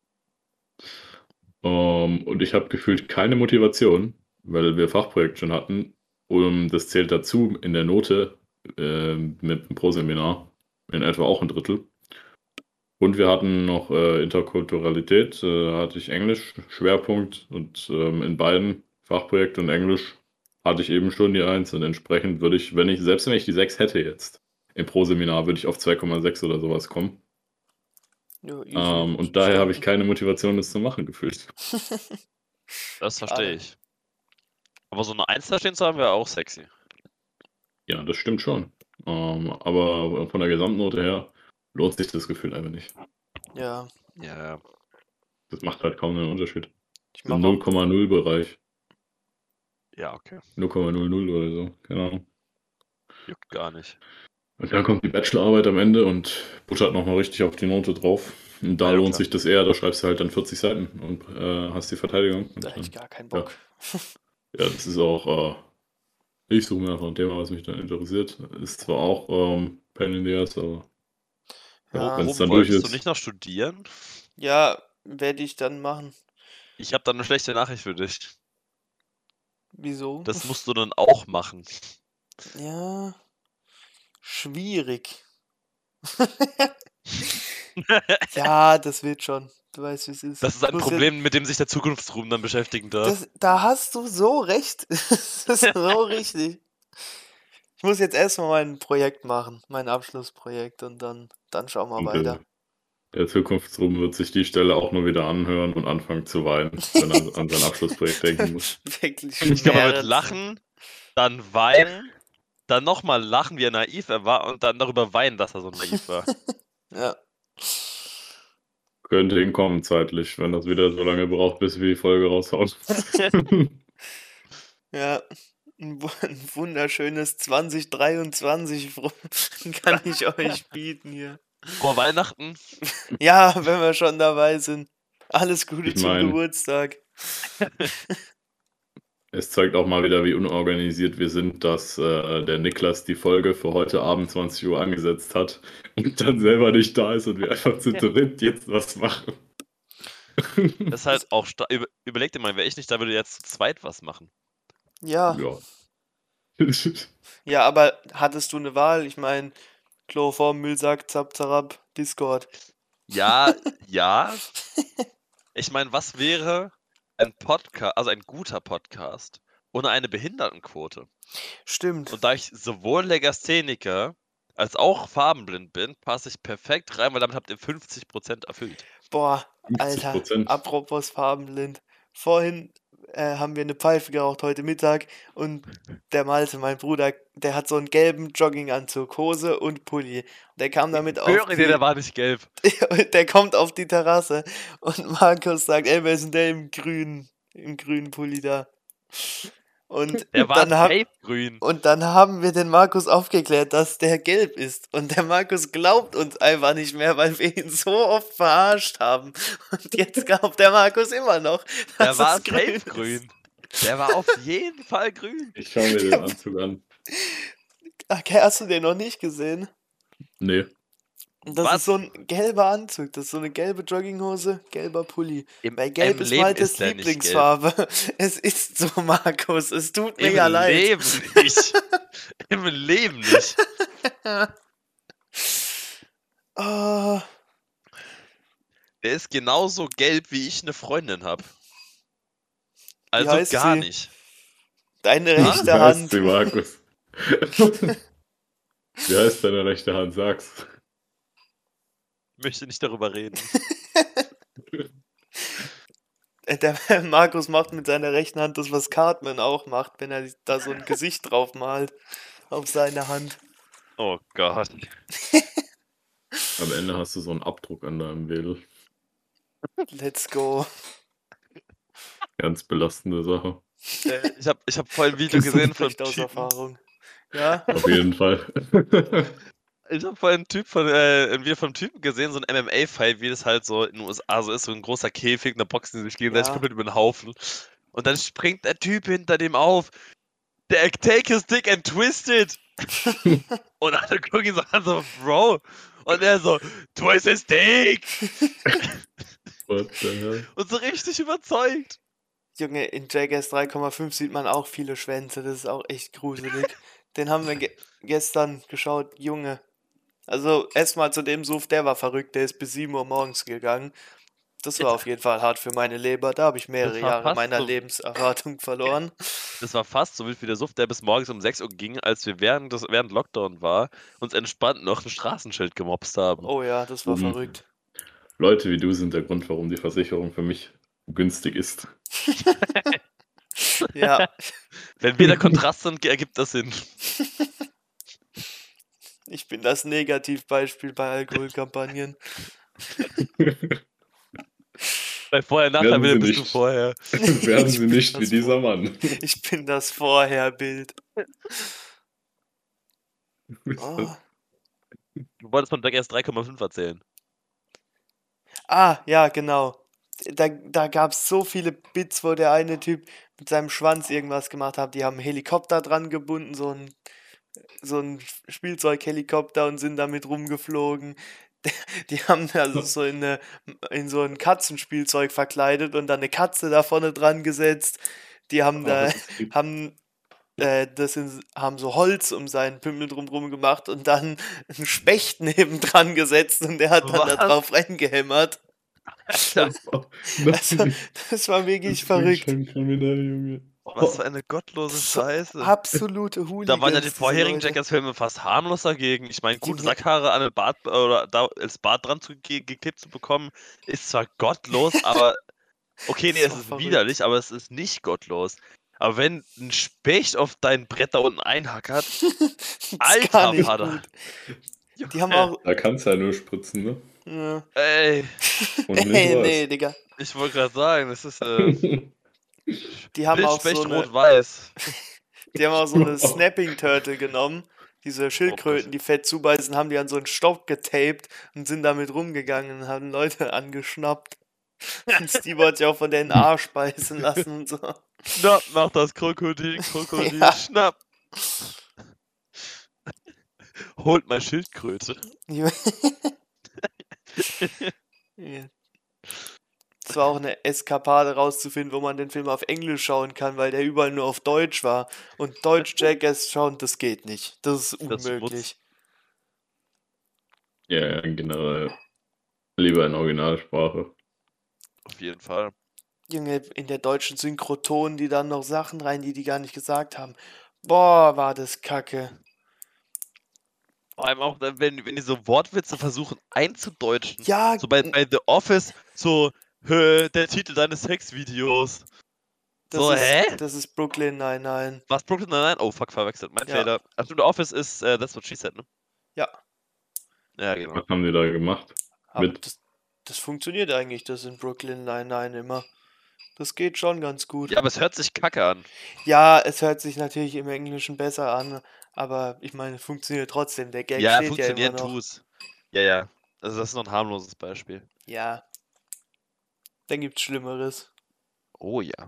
Ähm, und ich habe gefühlt keine Motivation, weil wir Fachprojekt schon hatten. Und das zählt dazu in der Note äh, mit dem Pro-Seminar in etwa auch ein Drittel. Und wir hatten noch äh, Interkulturalität, äh, hatte ich Englisch Schwerpunkt und ähm, in beiden Fachprojekt und Englisch hatte ich eben schon die eins und entsprechend würde ich, wenn ich, selbst wenn ich die sechs hätte jetzt im Pro-Seminar, würde ich auf zwei Komma sechs oder sowas kommen. Ja, easy. Ähm, und daher habe ich keine Motivation, das zu machen, gefühlt. Das verstehe Schade. ich. Aber so eine Eins da stehen zu haben, wäre auch sexy. Ja, das stimmt schon. Ähm, aber von der Gesamtnote her lohnt sich das Gefühl einfach nicht. Ja, Ja. Das macht halt kaum einen Unterschied. ich Im mache auch. null Komma null Bereich. Ja, okay. null Komma null null oder so, keine Ahnung. Juckt gar nicht. Und dann kommt die Bachelorarbeit am Ende und buttert nochmal richtig auf die Note drauf. Und da Ja, lohnt klar. sich das eher, da schreibst du halt dann vierzig Seiten und äh, hast die Verteidigung. Und Da hätte ich dann, gar keinen ja. Bock. ja, das ist auch, äh, ich suche mir einfach ein Thema, was mich dann interessiert. Ist zwar auch ähm, Pain in the Ass, aber Ja, wenn's Warum dann durch wolltest du ist. nicht noch studieren? ja, werde ich dann machen. Ich habe da eine schlechte Nachricht für dich. Wieso? Das musst du dann auch machen. Ja, schwierig. Ja, das wird schon. Du weißt, wie es ist. Das ist ein Muss jetzt- Problem, mit dem sich der Zukunftsruhm dann beschäftigen darf. Das, da hast du so recht. Das ist so richtig. Ich muss jetzt erstmal mein Projekt machen, mein Abschlussprojekt und dann, dann schauen wir Und weiter. äh, der Zukunftsruhm wird sich die Stelle auch nur wieder anhören und anfangen zu weinen, wenn er an sein Abschlussprojekt denken muss. Wirklich Ich glaube, er wird schmerzen. lachen, dann weinen, dann nochmal lachen, wie er naiv er war und dann darüber weinen, dass er so naiv war. Ja. Könnte hinkommen zeitlich, wenn das wieder so lange braucht, bis wir die Folge raushauen. Ja, ein wu- ein wunderschönes zwanzig dreiundzwanzig fro- kann ich euch bieten hier. Vor Weihnachten? Ja, wenn wir schon dabei sind. Alles Gute Ich zum mein- Geburtstag. Es zeigt auch mal wieder, wie unorganisiert wir sind, dass äh, der Niklas die Folge für heute Abend zwanzig Uhr angesetzt hat und dann selber nicht da ist und wir einfach zu Ja. dritt jetzt was machen. Das ist halt auch sta- über, überleg dir mal, wäre ich nicht da, würde jetzt zu zweit was machen. Ja, Ja. ja, aber hattest du eine Wahl? Ich meine, Chloroform, Müllsack, Zap, Zarab, Discord. Ja, ja. Ich meine, was wäre ein Podcast, also ein guter Podcast, ohne eine Behindertenquote? Stimmt. Und da ich sowohl Legastheniker als auch farbenblind bin, passe ich perfekt rein, weil damit habt ihr fünfzig Prozent erfüllt. Boah, fünfzig Alter, Prozent. apropos farbenblind. Vorhin äh, haben wir eine Pfeife geraucht, heute Mittag, und der Malte, mein Bruder, der hat so einen gelben Jogginganzug, Hose und Pulli. Der kam damit auf Höre dir, der die, war nicht gelb. der kommt auf die Terrasse und Markus sagt, ey, wer ist denn der im grünen, im grünen Pulli da? Und Der war dann, hab, safe-grün. und dann haben wir den Markus aufgeklärt, dass der gelb ist. Und der Markus glaubt uns einfach nicht mehr, weil wir ihn so oft verarscht haben. Und jetzt glaubt der Markus immer noch, Der dass war es grün ist. safe-grün. Der war auf jeden Fall grün. Ich schaue mir den Anzug an. Okay, hast du den noch nicht gesehen? Nee. Das Was? ist so ein gelber Anzug, das ist so eine gelbe Jogginghose, gelber Pulli. Im, Weil gelb im ist Leben Maltes ist der nicht gelb. Lieblingsfarbe. Es ist so, Markus, es tut mir Im ja leid. Leben nicht. Im Leben nicht. Oh, Der ist genauso gelb, wie ich eine Freundin habe. Also heißt gar sie? nicht. deine Ah, rechte Wie heißt Hand. sie, Markus? Wie heißt deine rechte Hand? Sag's. Ich möchte nicht darüber reden. Äh, Der Markus macht mit seiner rechten Hand das, was Cartman auch macht, wenn er da so ein Gesicht drauf malt auf seine Hand. Oh Gott. Am Ende hast du so einen Abdruck an deinem Wedel. Let's go. Ganz belastende Sache. Äh, ich habe ich hab vorhin ein Video gesehen von Spricht aus Typen. Erfahrung. Ja? Auf jeden Fall. Ich habe vorhin einen Typ von, äh, ein Video von einem Typen gesehen, so ein M M A-Fight, wie das halt so in den U S A so ist, so ein großer Käfig, eine Boxen die sich gegenseitig Ja. komplett über den Haufen. Und dann springt der Typ hinter dem auf. Der take his dick and twist it. Und alle gucken ihn so an, so, Bro. Und er so, twist his dick. What the hell? Und so richtig überzeugt. Junge, in Jackass drei Komma fünf sieht man auch viele Schwänze, das ist auch echt gruselig. Den haben wir ge gestern geschaut, Junge. Also erstmal zu dem Suff, der war verrückt, der ist bis sieben Uhr morgens gegangen. Das war auf jeden Fall hart für meine Leber, da habe ich mehrere Das war Jahre fast meiner so- Lebenserwartung verloren. Das war fast so wild wie der Suff, der bis morgens um sechs Uhr ging, als wir während, des, während Lockdown war, uns entspannt noch ein Straßenschild gemobst haben. Oh ja, das war Mhm. verrückt. Leute wie du sind der Grund, warum die Versicherung für mich günstig ist. Ja, Wenn wir der Kontrast sind, ergibt das Sinn. ich bin das Negativbeispiel bei Alkoholkampagnen. Weil vorher, nachher Werden wieder Sie bist du nicht. vorher. Werden Ich Sie bin nicht wie das dieser Mann. Ich bin das Vorherbild. Oh. Du wolltest von Jackass drei Komma fünf erzählen. Ah, ja, genau. Da, da gab es so viele Bits, wo der eine Typ mit seinem Schwanz irgendwas gemacht hat. Die haben einen Helikopter dran gebunden, so ein, so ein Spielzeughelikopter und sind damit rumgeflogen. Die haben also so in, eine, in so ein Katzenspielzeug verkleidet und dann eine Katze da vorne dran gesetzt. Die haben Oh, da, das ist- haben äh, das in, haben so Holz um seinen Pimmel drumherum gemacht und dann einen Specht nebendran gesetzt und der hat dann da Was? drauf reingehämmert. Also, Nein, das war wirklich das bringt verrückt. schon schon wieder, Junge. Was für eine gottlose So Scheiße. absolute Hooligans. Da waren ja die diese vorherigen Leute. Jackass-Filme fast harmlos dagegen. Ich meine, gut, Die- Sackhaare an den Bart oder da als Bart dran zu ge geklebt zu bekommen, ist zwar gottlos, aber okay, nee, Das es war ist verrückt. widerlich, aber es ist nicht gottlos. Aber wenn ein Specht auf dein Brett da unten einhackert, Das ist Alter, gar nicht Vater. gut. Die haben auch. Da kannst du ja nur spritzen, ne? Ja. Ey, Und nicht Ey, was. nee, Digga. ich wollte gerade sagen, das ist äh, Die haben auch Wildspecht so eine, rot-weiß. die haben auch so eine Snapping Turtle genommen. Diese Schildkröten, die fett zubeißen, haben die an so einen Stock getaped und sind damit rumgegangen und haben Leute angeschnappt. Und Steve hat sich auch von denen Arsch beißen lassen und so. Schnapp, mach das Krokodil, Krokodil, Ja. schnapp. Holt mal Schildkröte. Ja. Es war auch eine Eskapade rauszufinden, wo man den Film auf Englisch schauen kann, weil der überall nur auf Deutsch war. Und Deutsch Jackass schauen, das geht nicht. Das ist Das ist unmöglich. Ja, ja, generell. Lieber in Originalsprache. Auf jeden Fall. Junge, in der deutschen Synchroton, die dann noch Sachen rein, die die gar nicht gesagt haben. Boah, war das kacke. Vor allem auch, dann, wenn, wenn die so Wortwitze versuchen einzudeutschen. Ja, So bei, bei The Office, so, hä, der Titel deines Sexvideos. das, So, ist, hä? das ist Brooklyn, nein, nein. Was, Brooklyn Nine-Nine? Oh, fuck, verwechselt. Mein Ja. Fehler. Also, The Office ist, äh, That's What She Said, ne? Ja. Ja, genau. Hm. Was haben die da gemacht? Aber Mit- das, das funktioniert eigentlich, das in Brooklyn, nein, nein, immer. Das geht schon ganz gut. Ja, aber es hört sich kacke an. Ja, es hört sich natürlich im Englischen besser an, aber ich meine, funktioniert trotzdem. Der Gag Ja, steht ja immer funktioniert noch. tu's. Ja, ja. Also, das ist noch ein harmloses Beispiel. Ja. Dann gibt's Schlimmeres. Oh ja.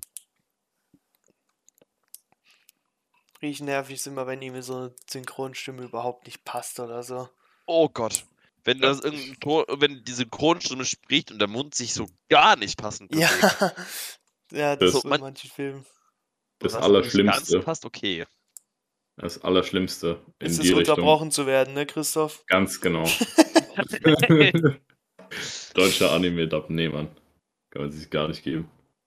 Richtig nervig ist immer, wenn ihm so eine Synchronstimme überhaupt nicht passt oder so. Oh Gott. Wenn das irgendein Ton, wenn die Synchronstimme spricht und der Mund sich so gar nicht passend bewegt. Ja. Ja, das Das- ist bei man- manchen Filmen. Das Was auch nicht Allerschlimmste. ganz passt, okay. Das Allerschlimmste in Ist die es Richtung. unterbrochen zu werden, ne, Christoph? Ganz genau. Deutscher Anime-Dub, nee, Mann. Kann man sich gar nicht geben.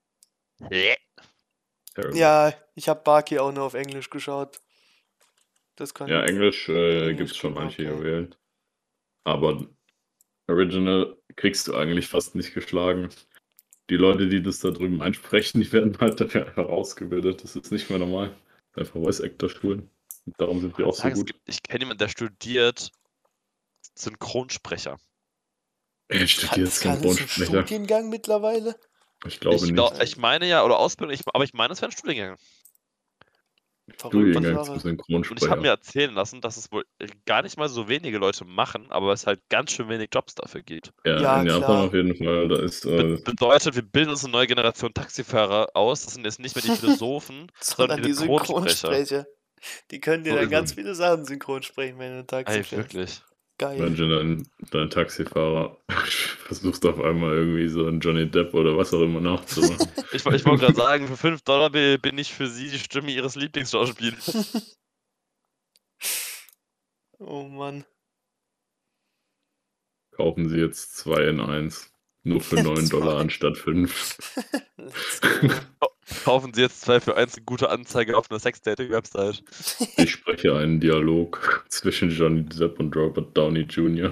Terrible. Ja, ich habe Baki auch nur auf Englisch geschaut. Das kann Ja, Englisch äh, Englisch gibt es schon gut, manche okay. gewählt. Aber Original kriegst du eigentlich fast nicht geschlagen. Die Leute, die das da drüben einsprechen, die werden halt dafür einfach ausgebildet. Das ist nicht mehr normal. Einfach Voice-Actor-Schulen. Und darum sind wir auch so Sag, es gut. gibt, ich kenne jemanden, der studiert Synchronsprecher. Er studiert Kann, kann es einen Synchronsprecher. Studiengang mittlerweile? Ich glaube Ich, nicht. glaub, ich meine ja, oder Ausbildung, ich, aber ich meine, es wäre ein Studiengang. Verrückt, was Studiengang war zum er? Und ich habe Synchronsprecher. mir erzählen lassen, dass es wohl äh, gar nicht mal so wenige Leute machen, aber es halt ganz schön wenig Jobs dafür gibt. Ja, Ja, in Japan klar. auf jeden Fall. Da ist, Be äh, bedeutet, wir bilden uns eine neue Generation Taxifahrer aus. Das sind jetzt nicht mehr die Philosophen, sondern Sondern die die Synchronsprecher. Synchronsprecher. Die können dir So dann ist ganz es. viele Sachen synchron sprechen, wenn du ein Taxi Ey, fährst. wirklich. Geil. Imagine, dein, dein Taxifahrer versucht auf einmal irgendwie so einen Johnny Depp oder was auch immer nachzumachen. Ich, wo- ich wollte gerade sagen, für fünf Dollar bi- bin ich für Sie die Stimme Ihres Lieblingsschauspielers. Oh Mann. Kaufen Sie jetzt zwei in eins. Nur für neun Dollar Zwei. anstatt fünf. Let's go. Kaufen Sie jetzt zwei für eins eine gute Anzeige auf einer Sex-Dating-Website. Ich spreche einen Dialog zwischen Johnny Depp und Robert Downey Junior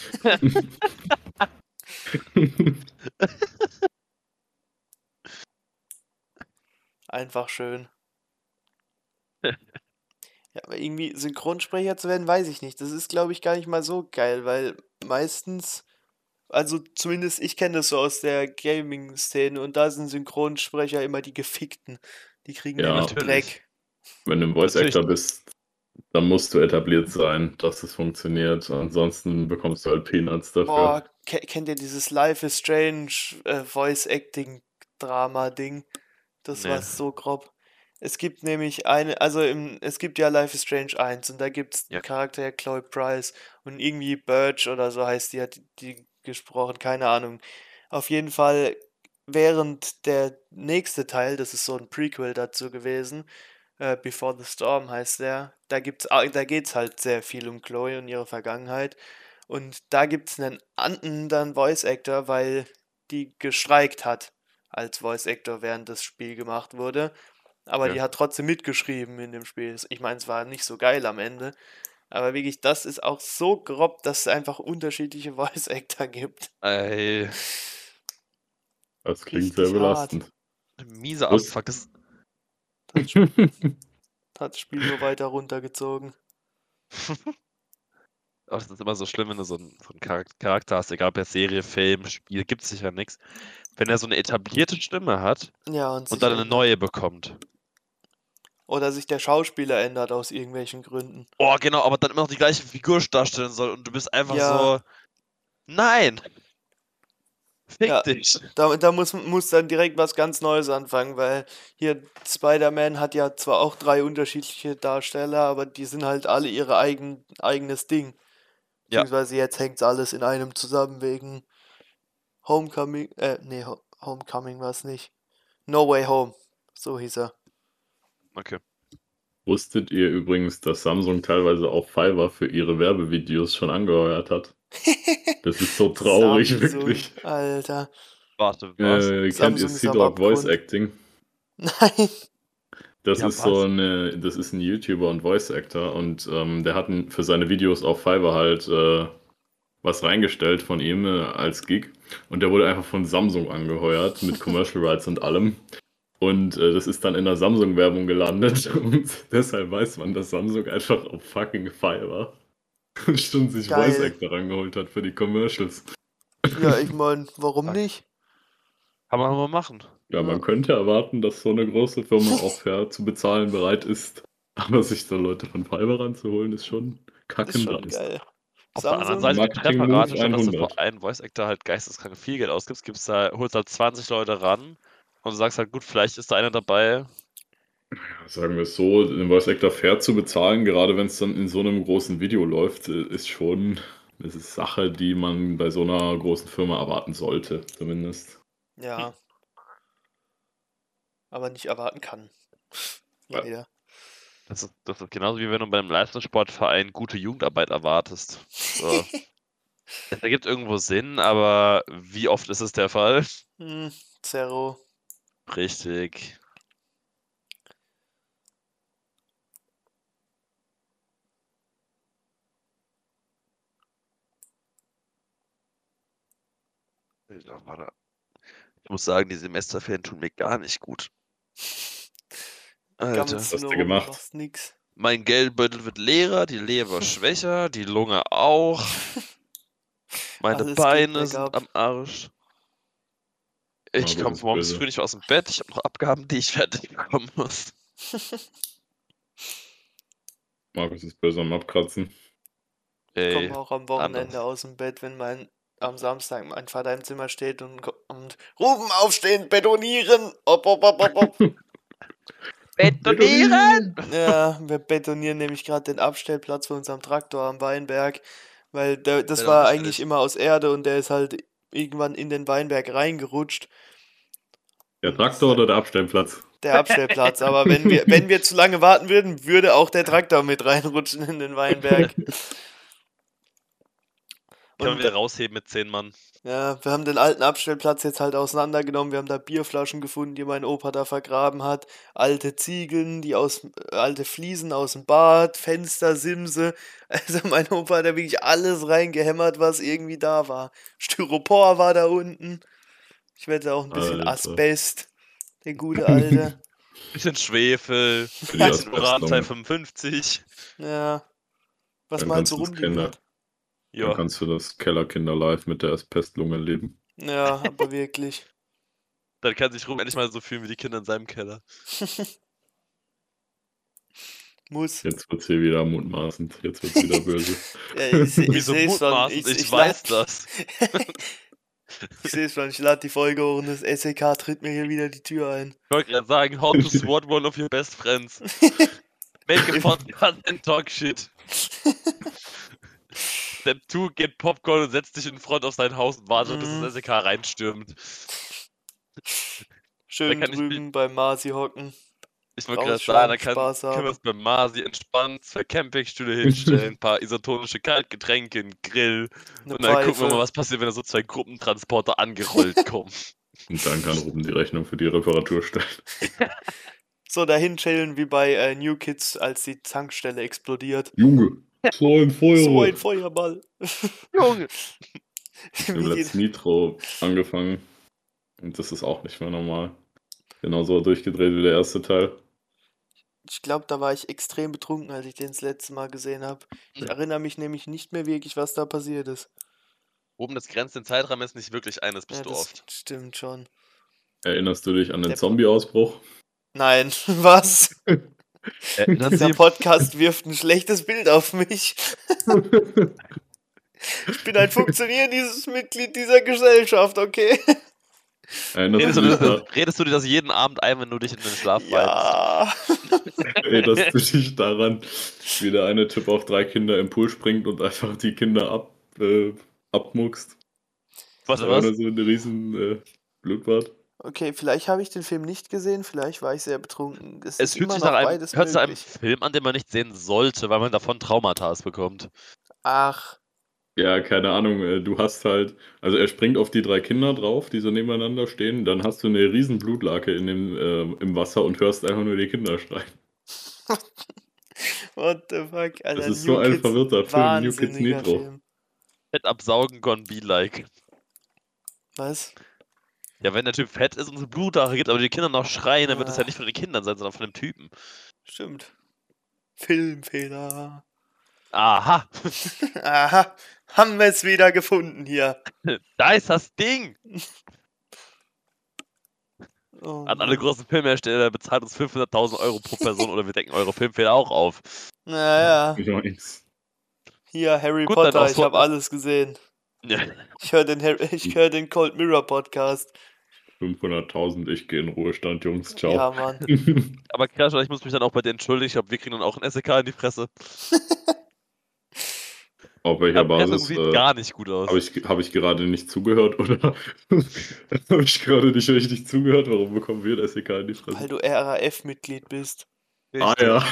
Einfach schön. Ja, aber irgendwie Synchronsprecher zu werden, weiß ich nicht. Das ist, glaube ich, gar nicht mal so geil, weil meistens, also zumindest ich kenne das so aus der Gaming-Szene und da sind Synchronsprecher immer die Gefickten. Die kriegen Ja. nämlich Natürlich. Dreck. Wenn du ein Voice Natürlich. Actor bist, dann musst du etabliert sein, dass es funktioniert. Ansonsten bekommst du halt Peanuts dafür. Boah, ke kennt ihr dieses Life is Strange äh, Voice-Acting-Drama-Ding? Das Nee. war so grob. Es gibt nämlich eine, also im, es gibt ja Life is Strange eins und da gibt es Ja. einen Charakter, der Chloe Price und irgendwie Birch oder so heißt die, hat die gesprochen, keine Ahnung. Auf jeden Fall, während der nächste Teil, das ist so ein Prequel dazu gewesen, äh, Before the Storm heißt der, da gibt's, au- da geht's halt sehr viel um Chloe und ihre Vergangenheit. Und da gibt es einen anderen Voice Actor, weil die gestreikt hat als Voice Actor, während das Spiel gemacht wurde. Aber Ja. die hat trotzdem mitgeschrieben in dem Spiel. Ich meine, es war nicht so geil am Ende. Aber wirklich, das ist auch so grob, dass es einfach unterschiedliche Voice Actor gibt. Ey, Das klingt sehr Richtig hart. belastend. miese Wus- Abfuck. Das, Hat das Spiel, hat das Spiel nur weiter runtergezogen. oh, das ist immer so schlimm, wenn du so einen, so einen Charak- Charakter hast, egal ob jetzt Serie, Film, Spiel, gibt es sicher nichts. Wenn er so eine etablierte Stimme hat Ja, und sich und dann eine ändert. neue bekommt. Oder sich der Schauspieler ändert aus irgendwelchen Gründen. Oh, genau, aber dann immer noch die gleiche Figur darstellen soll und du bist einfach Ja. so. Nein! Fick Ja. dich! Da, da muss, muss dann direkt was ganz Neues anfangen, weil hier Spider-Man hat ja zwar auch drei unterschiedliche Darsteller, aber die sind halt alle ihre eigen, eigenes Ding. Ja. Beziehungsweise jetzt hängt's alles in einem zusammen wegen Homecoming, äh, nee, Ho- Homecoming war es nicht. No Way Home, so hieß er. Okay. Wusstet ihr übrigens, dass Samsung teilweise auch Fiverr für ihre Werbevideos schon angeheuert hat? Das ist so traurig, Samsung, wirklich. Alter. Warte, was? Äh, kennt Samsung ihr ist am Sea-Dog Voice Abgrund. Acting? Nein. Das Ja, ist so was? eine, das ist ein YouTuber und Voice Actor und ähm, der hat ein- für seine Videos auf Fiverr halt äh, was reingestellt von ihm äh, als Gig und der wurde einfach von Samsung angeheuert mit Commercial Rights und allem und äh, das ist dann in der Samsung-Werbung gelandet und deshalb weiß man, dass Samsung einfach auf fucking Fiverr schon sich Geil. Voice Actor rangeholt hat für die Commercials. Ja, ich meine, warum Fuck. nicht? Kann man mal machen. Ja, man Ja. könnte erwarten, dass so eine große Firma auch fair zu bezahlen bereit ist. Aber sich da Leute von Fiverr ranzuholen, ist schon Ist schon kackendreist. geil. Auf der anderen Samsung, Seite die Marketing-Move Trefferrate, statt dass du hundert. für einen Voice Actor halt geisteskrank viel Geld ausgibst, gibst da, holst halt zwanzig Leute ran und du sagst halt, gut, vielleicht ist da einer dabei. Ja, sagen wir es so, den Voice Actor fair zu bezahlen, gerade wenn es dann in so einem großen Video läuft, äh, ist schon eine Sache, die man bei so einer großen Firma erwarten sollte, zumindest. ja. Aber nicht erwarten kann. Ja. Leider. Das ist, das ist genauso wie wenn du bei einem Leistungssportverein gute Jugendarbeit erwartest. So. Es ergibt irgendwo Sinn, aber wie oft ist es der Fall? Hm, Zero. Richtig. Ja, warte. Ich muss sagen, die Semesterferien tun mir gar nicht gut. Alter. Gammelst Was du hast nur du rum, gemacht? machst nix. Mein Geldbeutel wird leerer, die Leber schwächer, die Lunge auch. Meine Alles geht Beine sind bergab. am Arsch. Ich Margot komme ist morgens böse. früh nicht aus dem Bett. Ich habe noch Abgaben, die ich fertig bekommen muss. Markus ist böse am Abkratzen. Ich Ey, komme auch am Wochenende anders. aus dem Bett, wenn mein am Samstag mein Vater im Zimmer steht und, ko- und rufen, aufstehen, betonieren. Op, op, op, op, op. Betonieren! Ja, wir betonieren nämlich gerade den Abstellplatz von unserem Traktor am Weinberg, weil der, das Wenn war er eigentlich fertig. immer aus Erde und der ist halt irgendwann in den Weinberg reingerutscht. Der Und Traktor das- oder der Abstellplatz? Der Abstellplatz, aber wenn wir, wenn wir zu lange warten würden, würde auch der Traktor mit reinrutschen in den Weinberg. Kann man Und wieder rausheben mit zehn Mann. ja, wir haben den alten Abstellplatz jetzt halt auseinandergenommen. Wir haben da Bierflaschen gefunden, die mein Opa da vergraben hat. Alte Ziegeln, die aus, äh, alte Fliesen aus dem Bad, Fenstersimse. Also mein Opa hat da wirklich alles reingehämmert, was irgendwie da war. Styropor war da unten. Ich wette auch ein bisschen Alter. Asbest. Der gute Alte. Bisschen Schwefel, Für die bisschen Uran Asbestlunge. zweihundertfünfzig. Ja. Was Dann man halt kannst so du das rumliegen Kinder- hat. Dann Ja, kannst du das Kellerkinder live mit der Asbestlunge leben. Ja, aber wirklich. dann kann sich Ruben endlich mal so fühlen wie die Kinder in seinem Keller. Muss. Jetzt wird's hier wieder mutmaßend. Jetzt wird's wieder böse. Ja, ich, ich Wieso sehe schon. mutmaßend? Ich, Ich, ich, weiß lad- das. Ich sehe schon. Ich lade die Folge hoch und das S E K tritt mir hier wieder die Tür ein. Ich wollte gerade sagen, how to swat one of your best friends. Make a podcast and talk shit. Step two, get Popcorn und setz dich in Front auf sein Haus und warte, bis Mhm. das S E K reinstürmt. Schön kann ich drüben beim Masi hocken. Ich wollte gerade Rausschauen, sagen, da kann, Spaß können wir haben. uns beim Masi entspannt zwei Campingstühle hinstellen, ein paar isotonische Kaltgetränke, einen Grill Eine und dann gucken wir Pfeife. mal, was passiert, wenn da so zwei Gruppentransporter angerollt kommen. Und dann kann Ruben die Rechnung für die Reparatur stellen. So dahin chillen wie bei äh, New Kids, als die Tankstelle explodiert. Junge, so ein Feuer. So ein Feuerball. Junge! Ich habe Wie letztes die- Nitro angefangen. Und das ist auch nicht mehr normal. Genauso durchgedreht wie der erste Teil. Ich glaube, da war ich extrem betrunken, als ich den das letzte Mal gesehen habe. Ich erinnere mich nämlich nicht mehr wirklich, was da passiert ist. Oben das grenzt den Zeitraum jetzt nicht wirklich ein, das bist Ja, du das oft. stimmt schon. Erinnerst du dich an den Der- Zombie-Ausbruch? Nein, was? Erinnern Dieser Sie, Podcast wirft ein schlechtes Bild auf mich. Ich bin ein funktionierendes Mitglied dieser Gesellschaft, okay? Erinnerst redest, du, du dich dir da, das, redest du dir das jeden Abend ein, wenn du dich in den Schlaf weinst? Ja. erinnerst du dich daran, wie der eine Typ auf drei Kinder im Pool springt und einfach die Kinder ab, äh, abmuckst? Warte, Da war was? so ein riesen äh, Blutbad. Okay, vielleicht habe ich den Film nicht gesehen, vielleicht war ich sehr betrunken. Es, Es ist fühlt immer sich noch nach einem, beides hört sich nach einem möglich. Film an, den man nicht sehen sollte, weil man davon Traumata bekommt. Ach, Ja, keine Ahnung, äh, du hast halt, also er springt auf die drei Kinder drauf, die so nebeneinander stehen, dann hast du eine riesen Blutlake in dem, äh, im Wasser und hörst einfach nur die Kinder schreien. what the fuck, Alter. Das ist New so ein Kids, verwirrter Film, New Kids wahnsinniger Nitro. Film. Fett absaugen, gone be like. Was? Ja, wenn der Typ fett ist und so Blutlache gibt, aber die Kinder noch schreien, dann wird es ja Ah. nicht von den Kindern sein, sondern von dem Typen. Stimmt. Filmfehler. Aha, Aha, haben wir es wieder gefunden hier. da ist das Ding! Oh, An alle Mann. großen Filmhersteller bezahlt uns fünfhunderttausend Euro pro Person oder wir decken eure Filmfehler auch auf. Naja, Nice. hier Harry Gut, dann Potter, auch ich so- habe alles gesehen. Ja. Ich höre den, Harry- ich hör den Cold Mirror Podcast. fünfhunderttausend, ich gehe in Ruhestand, Jungs, ciao. Ja, Mann. Aber krass, ich muss mich dann auch bei dir entschuldigen. Ich glaube, wir kriegen dann auch ein S E K in die Fresse. Auf welcher Die Erpressung Basis? sieht Äh, gar nicht gut aus. Habe ich, hab ich gerade nicht zugehört oder habe ich gerade nicht richtig zugehört? Warum bekommen wir das S E K in die Weil Fresse? du R A F-Mitglied bist. Ah Richtig. ja.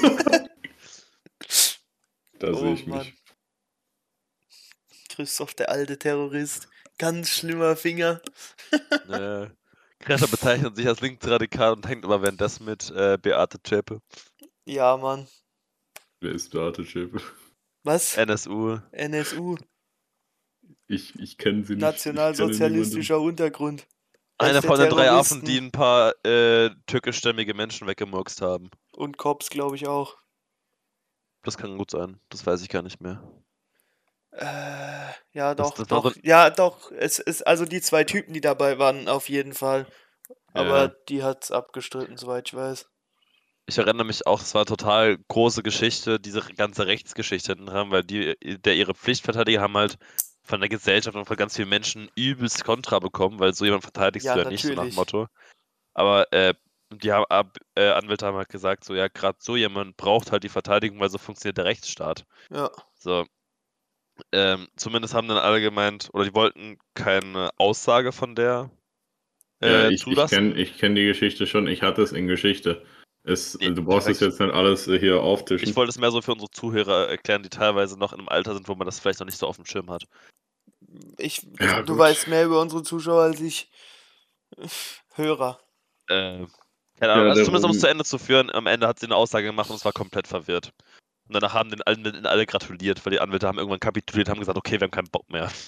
Da Oh, sehe ich Mann. mich. Christoph, der alte Terrorist. Ganz schlimmer Finger. Ja. Krasser bezeichnet sich als linksradikal und hängt aber währenddessen mit äh, Beate Zschäpe. Ja, Mann. Wer ist Beate Schäpe? Was? N S U. N S U. Ich, ich kenne sie nicht. Nationalsozialistischer Untergrund. Einer Rechte von den drei Affen, Terroristen die ein paar äh, türkischstämmige Menschen weggemurkst haben. Und Cops, glaube ich, auch. Das kann gut sein. Das weiß ich gar nicht mehr. Äh, ja, Das- doch, das war doch. so- Ja, doch. Es ist also die zwei Typen, die dabei waren, auf jeden Fall. Aber Ja. die hat's abgestritten, soweit ich weiß. Ich erinnere mich auch, es war eine total große Geschichte, diese ganze Rechtsgeschichte hinten dran, weil die, der ihre Pflichtverteidiger haben halt von der Gesellschaft und von ganz vielen Menschen übelst Kontra bekommen, weil so jemand verteidigst Ja, du ja nicht, so nach dem natürlich. Motto. Aber äh, die haben, ab, äh, Anwälte haben halt gesagt, so ja, gerade so jemand braucht halt die Verteidigung, weil so funktioniert der Rechtsstaat. Ja. So, ähm, zumindest haben dann alle gemeint, oder die wollten keine Aussage von der Ja, äh, ich, ich zulassen. kenne ich kenn die Geschichte schon. Ich hatte es in Geschichte. Es, Nee, du brauchst es perfekt. jetzt nicht alles äh, hier auftischen. Ich wollte es mehr so für unsere Zuhörer erklären, die teilweise noch in einem Alter sind, wo man das vielleicht noch nicht so auf dem Schirm hat. Ich, Ja, du gut. weißt mehr über unsere Zuschauer als ich. Hörer. Äh, keine Ja, Ahnung, also der zumindest um es Ruben- zu Ende zu führen, am Ende hat sie eine Aussage gemacht und es war komplett verwirrt. Und danach haben den allen alle gratuliert, weil die Anwälte haben irgendwann kapituliert, haben gesagt, okay, wir haben keinen Bock mehr.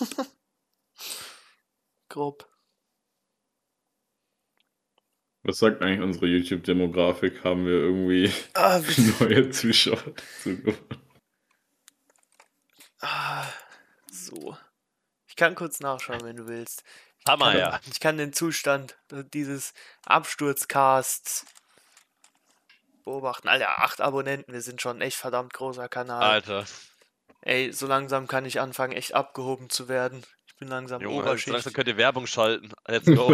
Grob. Was sagt eigentlich unsere YouTube-Demografik? Haben wir irgendwie Ah, wie- neue Zuschauer dazu gewonnen? ah, so. Ich kann kurz nachschauen, wenn du willst. Hammer, kann, ja. Ich kann den Zustand dieses Absturzcasts beobachten. Alter, acht Abonnenten, wir sind schon ein echt verdammt großer Kanal. Alter, Ey, so langsam kann ich anfangen, echt abgehoben zu werden. Ich bin langsam Junge, so Oberschicht. langsam könnt ihr Werbung schalten. Let's go.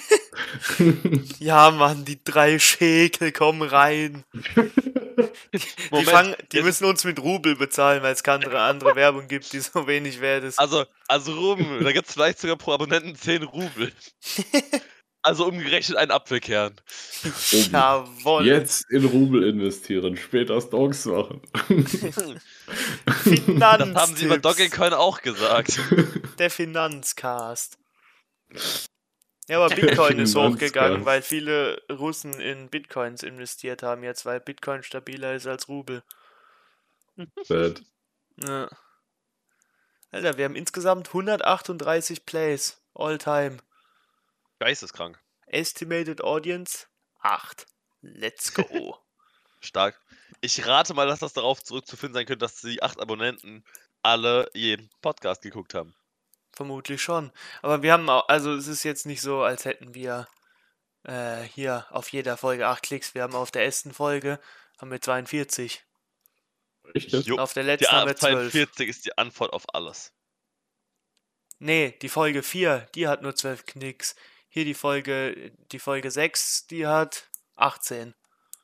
Ja, Mann, die drei Schekel kommen rein. Die, Moment, fangen, die jetzt- müssen uns mit Rubel bezahlen, weil es keine andere, andere Werbung gibt, die so wenig wert ist. Also, also Ruben, da gibt es vielleicht sogar pro Abonnenten zehn Rubel. Also umgerechnet ein Apfelkern. Jawohl. Jetzt in Rubel investieren, später Stocks machen. Finanztipps. Das haben sie über Dogecoin auch gesagt. Der Finanzcast. Ja, aber Bitcoin ist Finanzcast. hochgegangen, weil viele Russen in Bitcoins investiert haben jetzt, weil Bitcoin stabiler ist als Rubel. Bad. Ja. Alter, wir haben insgesamt hundertachtunddreißig Plays. All time. Geisteskrank. Estimated Audience acht. Let's go. Stark. Ich rate mal, dass das darauf zurückzuführen sein könnte, dass die acht Abonnenten alle jeden Podcast geguckt haben. Vermutlich schon. Aber wir haben auch, also es ist jetzt nicht so, als hätten wir äh, hier auf jeder Folge acht Klicks. Wir haben auf der ersten Folge haben wir zweiundvierzig. Echt jetzt? Jo, Auf der die letzten haben wir zwölf. zweiundvierzig ist die Antwort auf alles. Nee, die Folge vier, die hat nur zwölf Knicks. Hier die Folge, die Folge sechs, die hat achtzehn.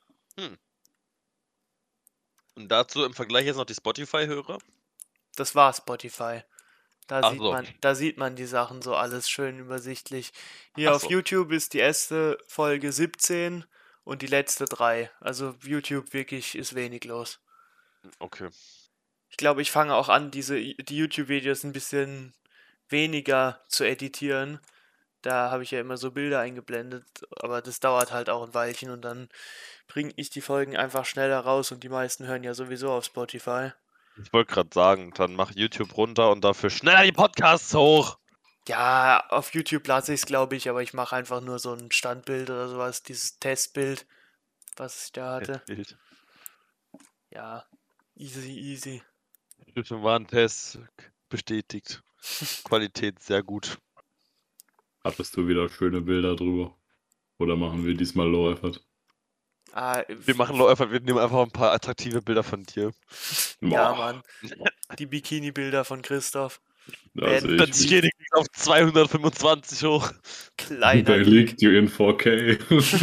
Und dazu im Vergleich jetzt noch die Spotify-Hörer. Das war Spotify. Da Ach sieht so. man, da sieht man die Sachen so alles schön übersichtlich. Hier Ach auf so. YouTube ist die erste Folge siebzehn und die letzte drei. Also YouTube wirklich ist wenig los. Okay. Ich glaube, ich fange auch an, diese die YouTube-Videos ein bisschen weniger zu editieren. Da habe ich ja immer so Bilder eingeblendet, aber das dauert halt auch ein Weilchen und dann bringe ich die Folgen einfach schneller raus und die meisten hören ja sowieso auf Spotify. Ich wollte gerade sagen, dann mach YouTube runter und dafür schneller die Podcasts hoch. Ja, auf YouTube lasse ich es, glaube ich, aber ich mache einfach nur so ein Standbild oder sowas, dieses Testbild, was ich da hatte. Bild. Ja, easy, easy. Warentest bestätigt. Qualität sehr gut. Hattest du wieder schöne Bilder drüber? Oder machen wir diesmal Low Effort? Ah, Wir machen nur einfach, wir nehmen einfach ein paar attraktive Bilder von dir. Ja, Boah, Mann. Die Bikini-Bilder von Christoph. das Bad ist Dann ich. geht die auf zweihundertfünfundzwanzig hoch. Kleiner Der Leak. liegt you in four K.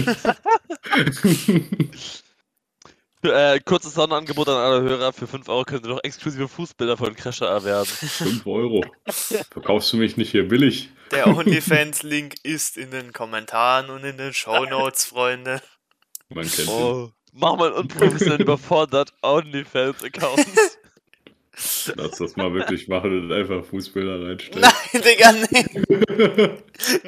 Äh, kurzes Sonderangebot an alle Hörer. Für fünf Euro könnt ihr noch exklusive Fußbilder von Crasher erwerben. fünf Euro. Verkaufst du mich nicht hier billig? Der OnlyFans-Link ist in den Kommentaren und in den Shownotes, Freunde. Man kennt ihn. Oh, mach mal einen unprofessionell überfordert OnlyFans-Account. Lass das mal wirklich machen und einfach Fußbilder reinstellen. Nein, Digga, nee.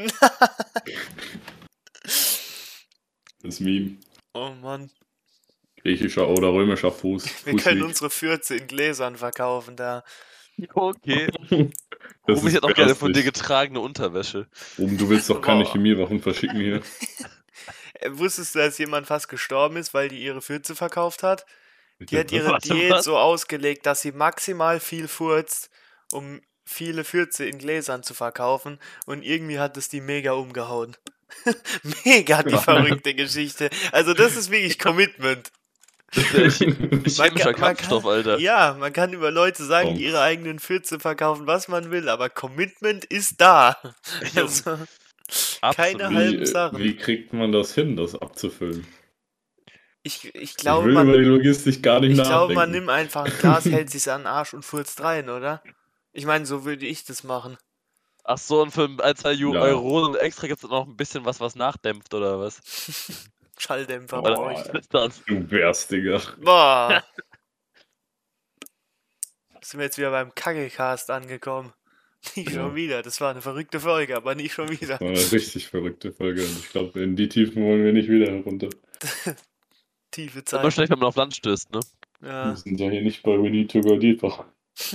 Das Meme. Oh Mann. Griechischer oder römischer Fuß. Wir können Fußlied. unsere Fürze in Gläsern verkaufen da. Okay. Das Ruben, ich ist hätte auch gerne von dir beärztlich. getragene Unterwäsche. Ruben, du willst doch keine Boah. Chemiewaffen verschicken hier. Äh, Wusstest du, dass jemand fast gestorben ist, weil die ihre Fürze verkauft hat? Die hat Bitte? ihre Warte, Diät was? so ausgelegt, dass sie maximal viel furzt, um viele Fürze in Gläsern zu verkaufen. Und irgendwie hat es die mega umgehauen. Mega die Ja. verrückte Geschichte. Also das ist wirklich Commitment. Das ist ja che- Man chemischer kann, man Kampfstoff, kann, Alter. ja, man kann über Leute sagen, Komm. ihre eigenen Fürze verkaufen, was man will, aber Commitment ist da. Ja, Also, absolut. keine Wie, halben äh, Sachen. wie kriegt man das hin, das abzufüllen? Ich, ich Ich glaube, will man, über die Logistik gar nicht ich glaube, man nachdenken. nimmt einfach ein Glas, hält sich's an den Arsch und furzt rein, oder? Ich meine, so würde ich das machen. Ach so, und für ein, zwei Ju- Ja. Euro und extra gibt es noch ein bisschen was, was nachdämpft, oder was? Schalldämpfer Boah. brauche ich dann. Was ist das? Du wärst, Digga. Boah. Sind wir jetzt wieder beim Kackecast angekommen. Nicht Ja. schon wieder. Das war eine verrückte Folge, aber nicht schon wieder. Das war eine richtig verrückte Folge und ich glaube, in die Tiefen wollen wir nicht wieder herunter. Tiefe Ist immer Zeit. schlecht, wenn man auf Land stößt, ne? Wir Ja, sind ja hier nicht bei We Need to Go Deeper.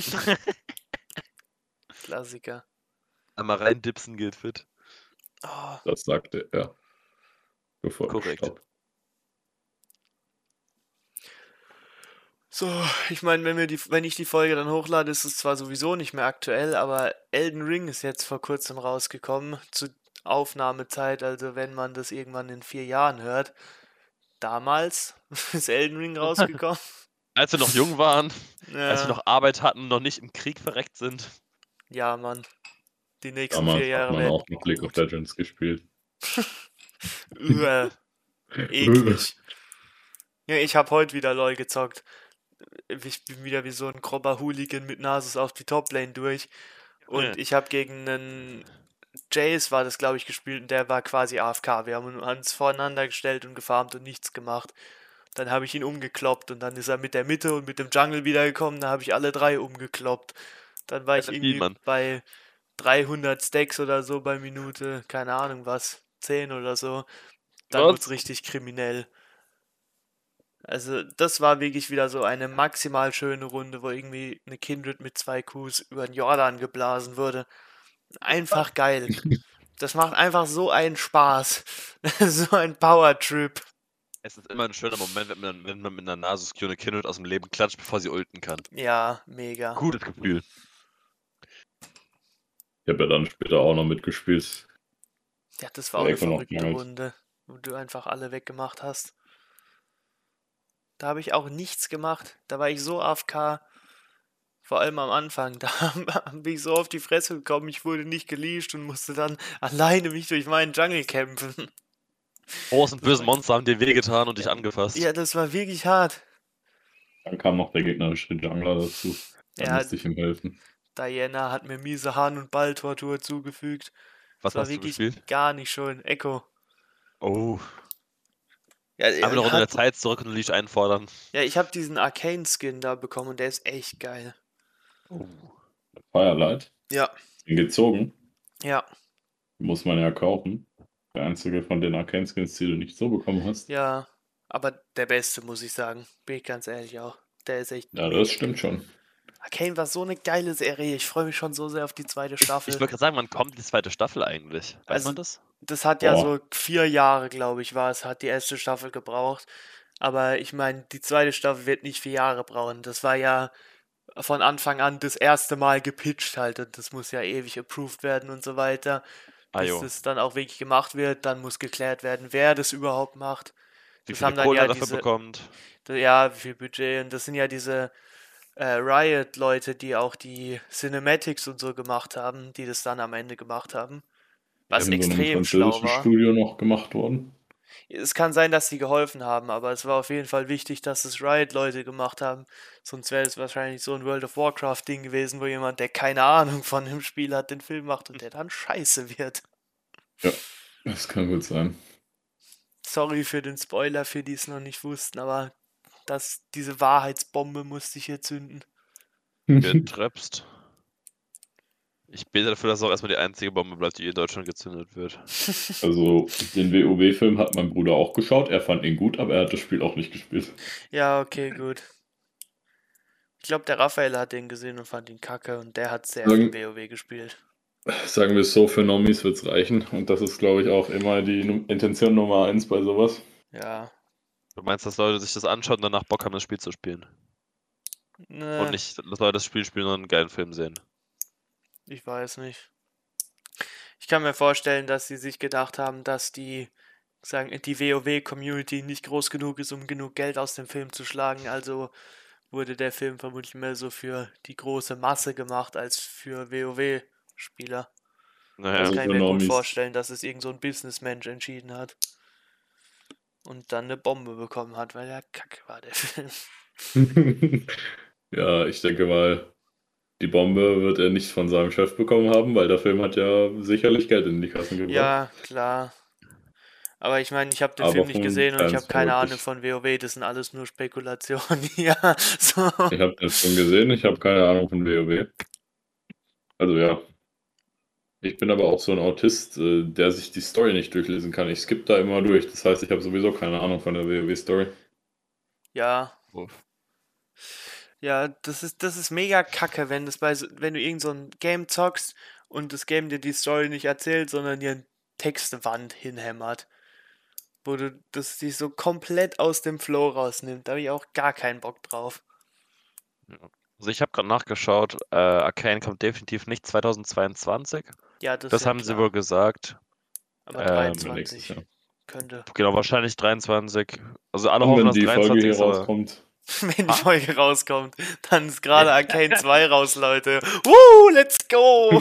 Klassiker. Einmal reindipsen geht fit. Oh, Das sagte er. Bevor er Korrekt. starb. so, ich meine, wenn wir die, wenn ich die Folge dann hochlade, ist es zwar sowieso nicht mehr aktuell, aber Elden Ring ist jetzt vor kurzem rausgekommen zu Aufnahmezeit, also wenn man das irgendwann in vier Jahren hört. Damals ist Elden Ring rausgekommen. Als wir noch jung waren, als wir Ja, noch Arbeit hatten, noch nicht im Krieg verreckt sind. ja, Mann. Die nächsten Damals vier hat Jahre man werden auch noch League of gut. Legends gespielt. Uah, eklig. Ja, ich habe heute wieder LOL gezockt. Ich bin wieder wie so ein grober Hooligan mit Nasus auf die Toplane durch. Und Ja. ich habe gegen einen Jace, war das glaube ich, gespielt und der war quasi A F K. Wir haben uns voreinander gestellt und gefarmt und nichts gemacht. Dann habe ich ihn umgekloppt und dann ist er mit der Mitte und mit dem Jungle wiedergekommen. Da habe ich alle drei umgekloppt. Dann war ich Ja, irgendwie Mann. bei dreihundert Stacks oder so bei Minute, keine Ahnung was, zehn oder so. Dann Was? wird's richtig kriminell. Also das war wirklich wieder so eine maximal schöne Runde, wo irgendwie eine Kindred mit zwei Qs über den Jordan geblasen wurde. Einfach geil. Das macht einfach so einen Spaß. So ein Power-Trip. Es ist immer ein schöner Moment, wenn man, wenn man mit einer Nasus-Q eine Kindred aus dem Leben klatscht, bevor sie ulten kann. Ja, mega. Gutes Gefühl. Ich habe ja dann später auch noch mitgespielt. Ja, das war auch eine Echo noch verrückte knallt. Runde, wo du einfach alle weggemacht hast. Da habe ich auch nichts gemacht. Da war ich so A F K. Vor allem am Anfang. Da bin ich so auf die Fresse gekommen, ich wurde nicht geleasht und musste dann alleine mich durch meinen Jungle kämpfen. Großen bösen Monster haben dir wehgetan und dich angefasst. Ja, das war wirklich hart. Dann kam noch der gegnerische Jungler dazu. Dann Ja, musste ich ihm helfen. Diana hat mir miese Hahn- und Balltortur zugefügt. Was Das war hast du wirklich gespielt? gar nicht schön. Echo. Oh. Ja, Einmal eine er Runde in der hat, Zeit zurück und Leash einfordern. ja ich habe diesen Arcane-Skin da bekommen und der ist echt geil. Oh. Firelight. Ja, Den gezogen. ja, Muss man ja kaufen. Der einzige von den Arcane-Skins, die du nicht so bekommen hast. ja. Aber der beste, muss ich sagen. Bin ich ganz ehrlich auch. Der ist echt Ja, mega. das stimmt schon. Arcane war so eine geile Serie. Ich freue mich schon so sehr auf die zweite Staffel. Ich wollte gerade sagen, wann kommt die zweite Staffel eigentlich? Weiß Also- man das? Das hat ja Boah. so vier Jahre, glaube ich, war es, hat die erste Staffel gebraucht. Aber ich meine, die zweite Staffel wird nicht vier Jahre brauchen. Das war ja von Anfang an das erste Mal gepitcht halt. Und das muss ja ewig approved werden und so weiter. Ah, Bis jo. das dann auch wirklich gemacht wird. Dann muss geklärt werden, wer das überhaupt macht. Wie das viel haben dann Kohle ja er dafür diese- bekommt. Ja, wie viel Budget. Und das sind ja diese äh, Riot-Leute, die auch die Cinematics und so gemacht haben, die das dann am Ende gemacht haben. Was In so einem extrem schlau französischen war. Studio noch gemacht worden. Es kann sein, dass sie geholfen haben, aber es war auf jeden Fall wichtig, dass es Riot-Leute gemacht haben. Sonst wäre es wahrscheinlich so ein World of Warcraft-Ding gewesen, wo jemand, der keine Ahnung von dem Spiel hat, den Film macht und der dann scheiße wird. Das kann gut sein. Sorry für den Spoiler, für die es noch nicht wussten, aber das, diese Wahrheitsbombe musste ich hier zünden. Getröpst. Ich bete dafür, dass es auch erstmal die einzige Bombe bleibt, die in Deutschland gezündet wird. Also, den WoW-Film hat mein Bruder auch geschaut. Er fand ihn gut, aber er hat das Spiel auch nicht gespielt. Ja, okay, gut. Ich glaube, der Raphael hat den gesehen und fand ihn kacke und der hat sehr Sagen- viel WoW gespielt. Sagen wir es so, für Normies wird es reichen. Und das ist, glaube ich, auch immer die Nu- Intention Nummer eins bei sowas. Ja. Du meinst, dass Leute sich das anschauen und danach Bock haben, das Spiel zu spielen? Ne, Und nicht, dass Leute das Spiel spielen und einen geilen Film sehen. ich weiß nicht. Ich kann mir vorstellen, dass sie sich gedacht haben, dass die, sagen, die WoW-Community nicht groß genug ist, um genug Geld aus dem Film zu schlagen. Also wurde der Film vermutlich mehr so für die große Masse gemacht als für WoW-Spieler. Das Naja, Also kann ich für mir gut Normies. vorstellen, dass es irgend so ein Businessmensch entschieden hat. Und dann eine Bombe bekommen hat, weil er kacke war, der Film. Ja, ich denke mal, die Bombe wird er nicht von seinem Chef bekommen haben, weil der Film hat ja sicherlich Geld in die Kassen gebracht. Ja, klar. Aber ich meine, ich habe den Aber Film nicht von gesehen und ich habe Fans keine Ahnung vermutlich. von WoW, das sind alles nur Spekulationen. Ja, so. Ich habe den Film gesehen, ich habe keine Ahnung von WoW. Also ja. Ich bin aber auch so ein Autist, äh, der sich die Story nicht durchlesen kann. Ich skippe da immer durch. Das heißt, ich habe sowieso keine Ahnung von der WoW-Story. Ja, Uff. ja, das ist, das ist mega kacke, wenn das bei so, wenn du irgend so ein Game zockst und das Game dir die Story nicht erzählt, sondern dir eine Textwand hinhämmert. Wo du das dich so komplett aus dem Flow rausnimmt. Da habe ich auch gar keinen Bock drauf. Also ich habe gerade nachgeschaut, äh, Arcane kommt definitiv nicht zweitausendzweiundzwanzig. Ja, das, Das ist ja haben sie klar. wohl gesagt. Aber ähm, dreiundzwanzig Nächstes Jahr. könnte. Genau, wahrscheinlich dreiundzwanzig. Also alle Und hoffen, wenn dass die Folge dreiundzwanzig hier ist, aber rauskommt, Wenn die Ah. Folge rauskommt, dann ist gerade Arcane zwei raus, Leute. Woo, let's go!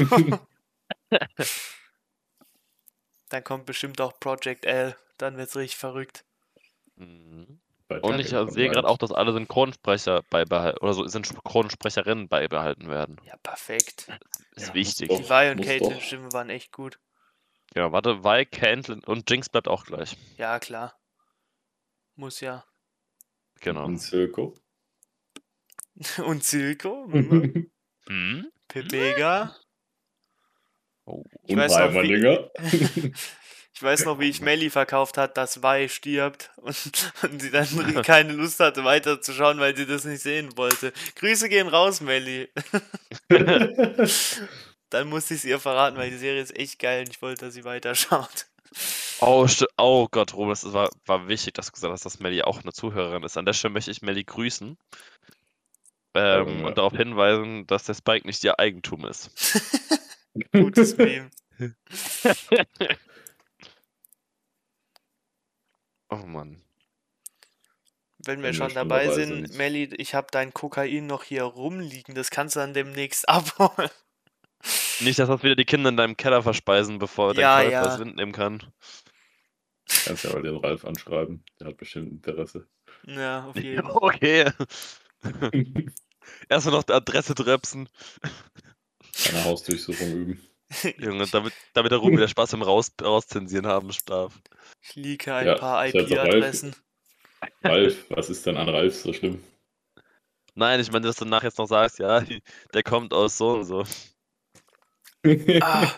Dann kommt bestimmt auch Project L. Dann wird's richtig verrückt. Mhm. bei Und Dragon ich Ball sehe gerade bald. auch, dass alle Synchronsprecher beibehalten oder so Synchronsprecherinnen beibehalten werden. Ja, perfekt. Ist Ja, wichtig. muss Die doch. Vi und muss Caitlyn doch. Stimmen waren echt gut. Ja, warte, Vi, Caitlyn und Jinx bleibt auch gleich. Ja, klar. Muss ja. Genau. Und Silko. Und Silko? Mhm. Hm? Pepega? Oh. Ich Und weiß noch, wie, Heimerdinger. ich weiß noch, wie ich Melly verkauft hat, dass Vi stirbt und, und sie dann keine Lust hatte weiterzuschauen, weil sie das nicht sehen wollte. Grüße gehen raus, Melly. Dann musste ich es ihr verraten, weil die Serie ist echt geil und ich wollte, dass sie weiterschaut. Oh, sti- oh Gott, Robert, es war, war wichtig, dass du gesagt hast, dass Melly auch eine Zuhörerin ist. An der Stelle möchte ich Melly grüßen ähm, ja. und darauf hinweisen, dass der Spike nicht ihr Eigentum ist. Gutes Meme. Oh Mann. Wenn wir Wenn wir schon schon dabei dabei sind, sind. Melly, ich habe dein Kokain noch hier rumliegen, das kannst du dann demnächst abholen. Nicht, dass das wieder die Kinder in deinem Keller verspeisen, bevor Ja, der Käufer ja. es mitnehmen kann. Kannst ja mal den Ralf anschreiben. Der hat bestimmt Interesse. Ja, auf jeden Fall. Okay. Erstmal noch die Adresse tröpsen. Eine Hausdurchsuchung üben. Junge, damit, damit der Ruben wieder Spaß im Raus, Rauszensieren haben darf. Ich leake ein Ja, paar ich hätte I P-Adressen. Ralf, was ist denn an Ralf so schlimm? Nein, ich meine, dass du nachher jetzt noch sagst, ja, der kommt aus so und so. Ah.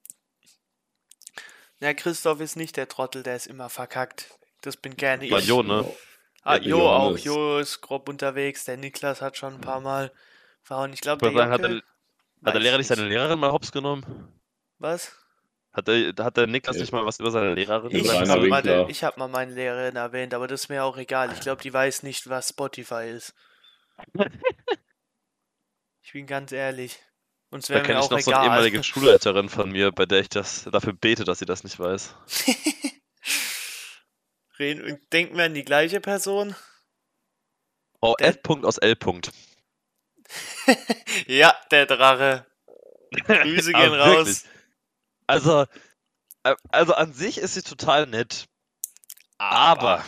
Ja, Christoph ist nicht der Trottel, der ist immer verkackt. Das bin gerne War ich. Jo, ne? Ah, Ja, der Jo auch. Johannes. Jo ist grob unterwegs. Der Niklas hat schon ein paar Mal verhauen. Ich glaube, Ich der wollte sagen, hat der, Jockel... hat der weiß Lehrer ich nicht seine Lehrerin mal hops genommen? Was? Hat der, hat der Niklas Ja. nicht mal was über seine Lehrerin Mit Ich gesagt? Rainer habe mal, Winkler. den- ich hab mal meine Lehrerin erwähnt, aber das ist mir auch egal. Ich glaube, die weiß nicht, was Spotify ist. Ich bin ganz ehrlich. Uns Da wäre mir kenne ich auch noch so eine egal. ehemalige Schulleiterin von mir, bei der ich das dafür bete, dass sie das nicht weiß. Reden, denken wir an die gleiche Person? Frau Der- F. aus L. Ja, der Drache. Grüße Aber gehen raus. wirklich. Also, äh, also an sich ist sie total nett. Aber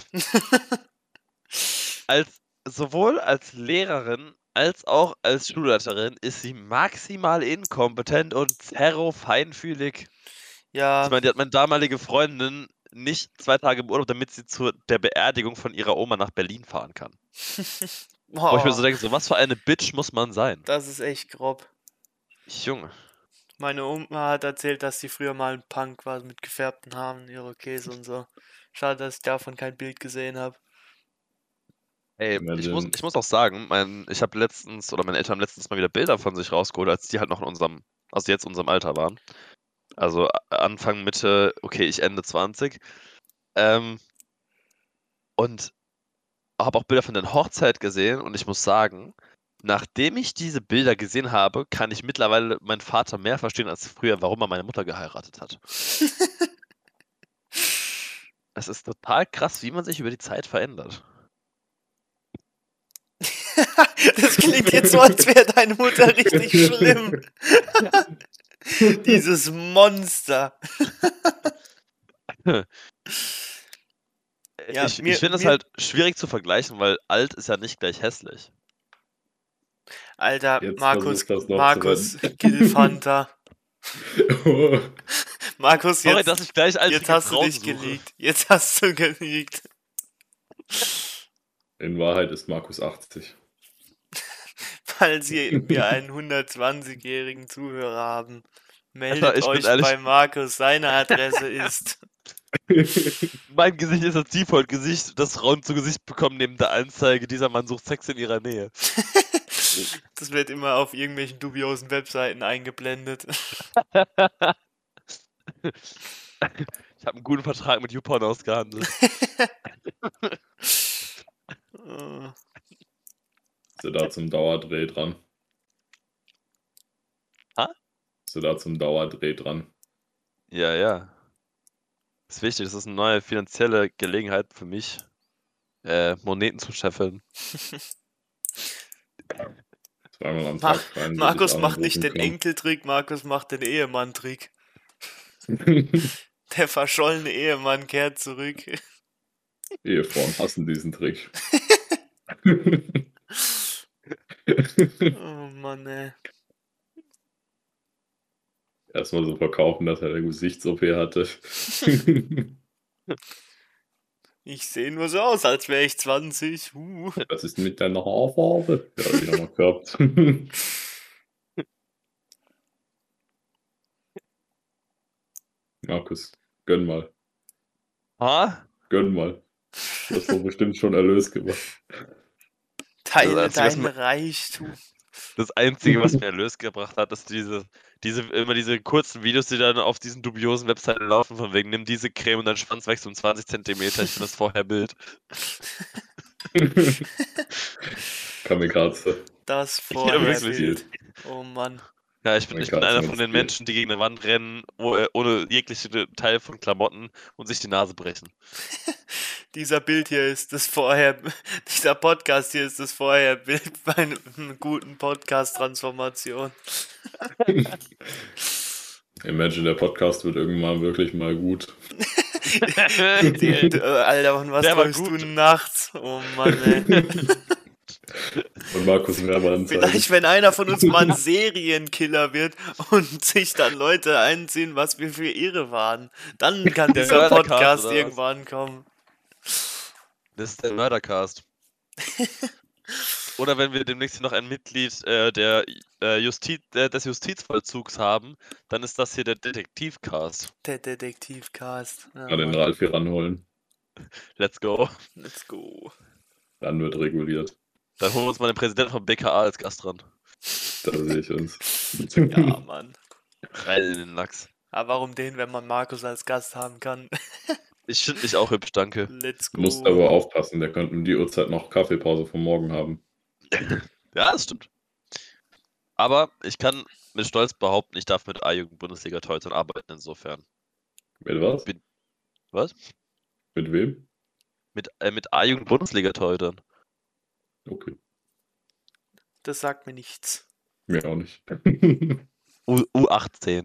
als sowohl als Lehrerin als auch als Schulleiterin ist sie maximal inkompetent und zerro feinfühlig. Ja, Ich meine, die hat meine damalige Freundin nicht zwei Tage im Urlaub, damit sie zu der Beerdigung von ihrer Oma nach Berlin fahren kann. Wo ich mir so oh, denke, so was für eine Bitch muss man sein? das ist echt grob. Junge. Meine Oma hat erzählt, dass sie früher mal ein Punk war mit gefärbten Haaren, Irokese und so. Schade, dass ich davon kein Bild gesehen habe. Ey, Wenn ich muss, denn- ich muss auch sagen, mein, ich habe letztens, oder meine Eltern haben letztens mal wieder Bilder von sich rausgeholt, als die halt noch in unserem, also jetzt in unserem Alter waren. Also a- Anfang, Mitte, okay, ich Ende zwanzig. Ähm, und habe auch Bilder von der Hochzeit gesehen und ich muss sagen, Nachdem ich diese Bilder gesehen habe, kann ich mittlerweile meinen Vater mehr verstehen als früher, warum er meine Mutter geheiratet hat. Es ist total krass, wie man sich über die Zeit verändert. Das klingt jetzt so, als wäre deine Mutter richtig schlimm. Dieses Monster. Ja, ich mir- ich finde es mir- halt schwierig zu vergleichen, weil alt ist ja nicht gleich hässlich. Alter, Jetzt Markus, versuch das noch Markus zu retten. Gilfanta. Markus, Sorry, jetzt, dass ich gleich jetzt alternde hast du Frauen dich suche. geleakt. Jetzt hast du geleakt. In Wahrheit ist Markus achtzig. Falls ihr, wir einen hundertzwanzigjährigen Zuhörer haben, meldet Alter, ich bin euch ehrlich- bei Markus. Seine Adresse ist... Mein Gesicht ist das Default-Gesicht, das Frauen zu Gesicht bekommen neben der Anzeige, dieser Mann sucht Sex in ihrer Nähe. Das wird immer auf irgendwelchen dubiosen Webseiten eingeblendet. Ich habe einen guten Vertrag mit YouPorn ausgehandelt. Äh, Ist du da zum Dauerdreh dran? Ha? Ist du da zum Dauerdreh dran? Ja, ja. Das ist wichtig, das ist eine neue finanzielle Gelegenheit für mich, äh, Moneten zu scheffeln. Zweimal am Ma- Tag schreien, Markus macht nicht den Enkeltrick, Markus macht den Ehemann-Trick. Enkel. Der verschollene Ehemann kehrt zurück. Ehefrauen hassen diesen Trick. Oh Mann, ey. Erstmal so verkaufen, dass er eine Gesichts-O P hatte. Ich sehe nur so aus, als wäre ich zwanzig. Uh. Was ist denn mit deiner Haarfarbe? Ja, wieder mal gehabt. Markus, gönn mal. Ha? Gönn mal. Du hast doch bestimmt schon Erlös gemacht. Teile Also, das- dein Reichtum. Das Einzige, was mir Erlös gebracht hat, ist diese, diese, immer diese kurzen Videos, die dann auf diesen dubiosen Webseiten laufen, von wegen, nimm diese Creme und dein Schwanz wächst um zwanzig Zentimeter. Ich finde das vorher Bild. Kamikaze. Das Ja, wirklich. Vorherbild. Oh Mann. Ja, ich bin, Mein ich bin Gott, einer mein von den Stil. Menschen, die gegen eine Wand rennen, oh, äh, ohne jegliche Teil von Klamotten und sich die Nase brechen. Dieser Bild hier ist das Vorher, dieser Podcast hier ist das Vorherbild bei einer guten Podcast-Transformation. Imagine, der Podcast wird irgendwann wirklich mal gut. Die, äh, Alter, und was Der war träumst du gut. nachts? Oh Mann, ey. Und Markus Werbeanzeigen. Vielleicht, wenn einer von uns mal ein Serienkiller wird und sich dann Leute einziehen, was wir für Irre waren, dann kann Der dieser Mördercast, Podcast oder was? irgendwann kommen. Das ist der Mördercast. Oder wenn wir demnächst noch ein Mitglied äh, der, äh, Justiz, äh, des Justizvollzugs haben, dann ist das hier der Detektivcast. Der Detektivcast. Ja, Mal den Mann. Ralf hier ranholen. Let's go. Let's go. Dann wird reguliert. Dann holen wir uns mal den Präsidenten vom B K A als Gast ran. Da sehe ich uns. Ja, Mann. Rein in den Lachs. Aber warum den, wenn man Markus als Gast haben kann? Ich finde dich auch hübsch, danke. Let's Du go. musst aber aufpassen, der könnte um die Uhrzeit noch Kaffeepause vom Morgen haben. Ja, das stimmt. Aber ich kann mit Stolz behaupten, ich darf mit A-Jugend-Bundesliga-Torhütern arbeiten, insofern. Mit was? Bin- Was? Mit wem? Mit, äh, mit A-Jugend-Bundesliga-Torhütern. Okay. Das sagt mir nichts. Mir auch nicht. U U18.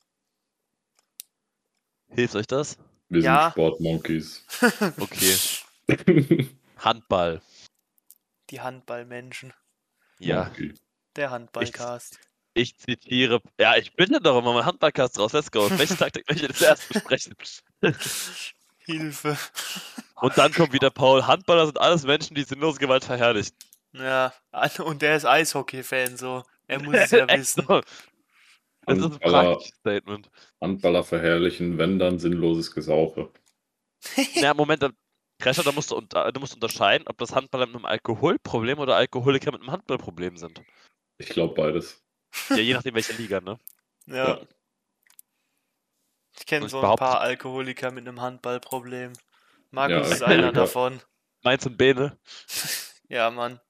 Hilft euch das? Wir Ja. sind Sportmonkeys. Okay. Handball. Die Handballmenschen. Ja. Monkey. Der Handballcast. Ich zitiere. Ja, ich bin ja doch immer mal Handballcast raus. Let's go. Welche Taktik möchte ich zuerst besprechen? Hilfe. Und dann kommt wieder Paul. Handballer sind alles Menschen, die sinnlose Gewalt verherrlichen. Ja, und der ist Eishockey-Fan, so. Er muss es ja Echt wissen. so. Das ist ein Handballer, praktisches Statement. Handballer verherrlichen, wenn dann sinnloses Gesauche. Ja, Moment, dann, Krescher, da musst du, unter, du musst unterscheiden, ob das Handballer mit einem Alkoholproblem oder Alkoholiker mit einem Handballproblem sind. Ich glaube beides. Ja, je nachdem welche Liga, ne? Ja. Ja. Ich kenne Und ich so ein behaupte- paar Alkoholiker mit einem Handballproblem. Markus Ja, ist einer Alkoholiker. davon. Mainz und Bene. Ja, Mann.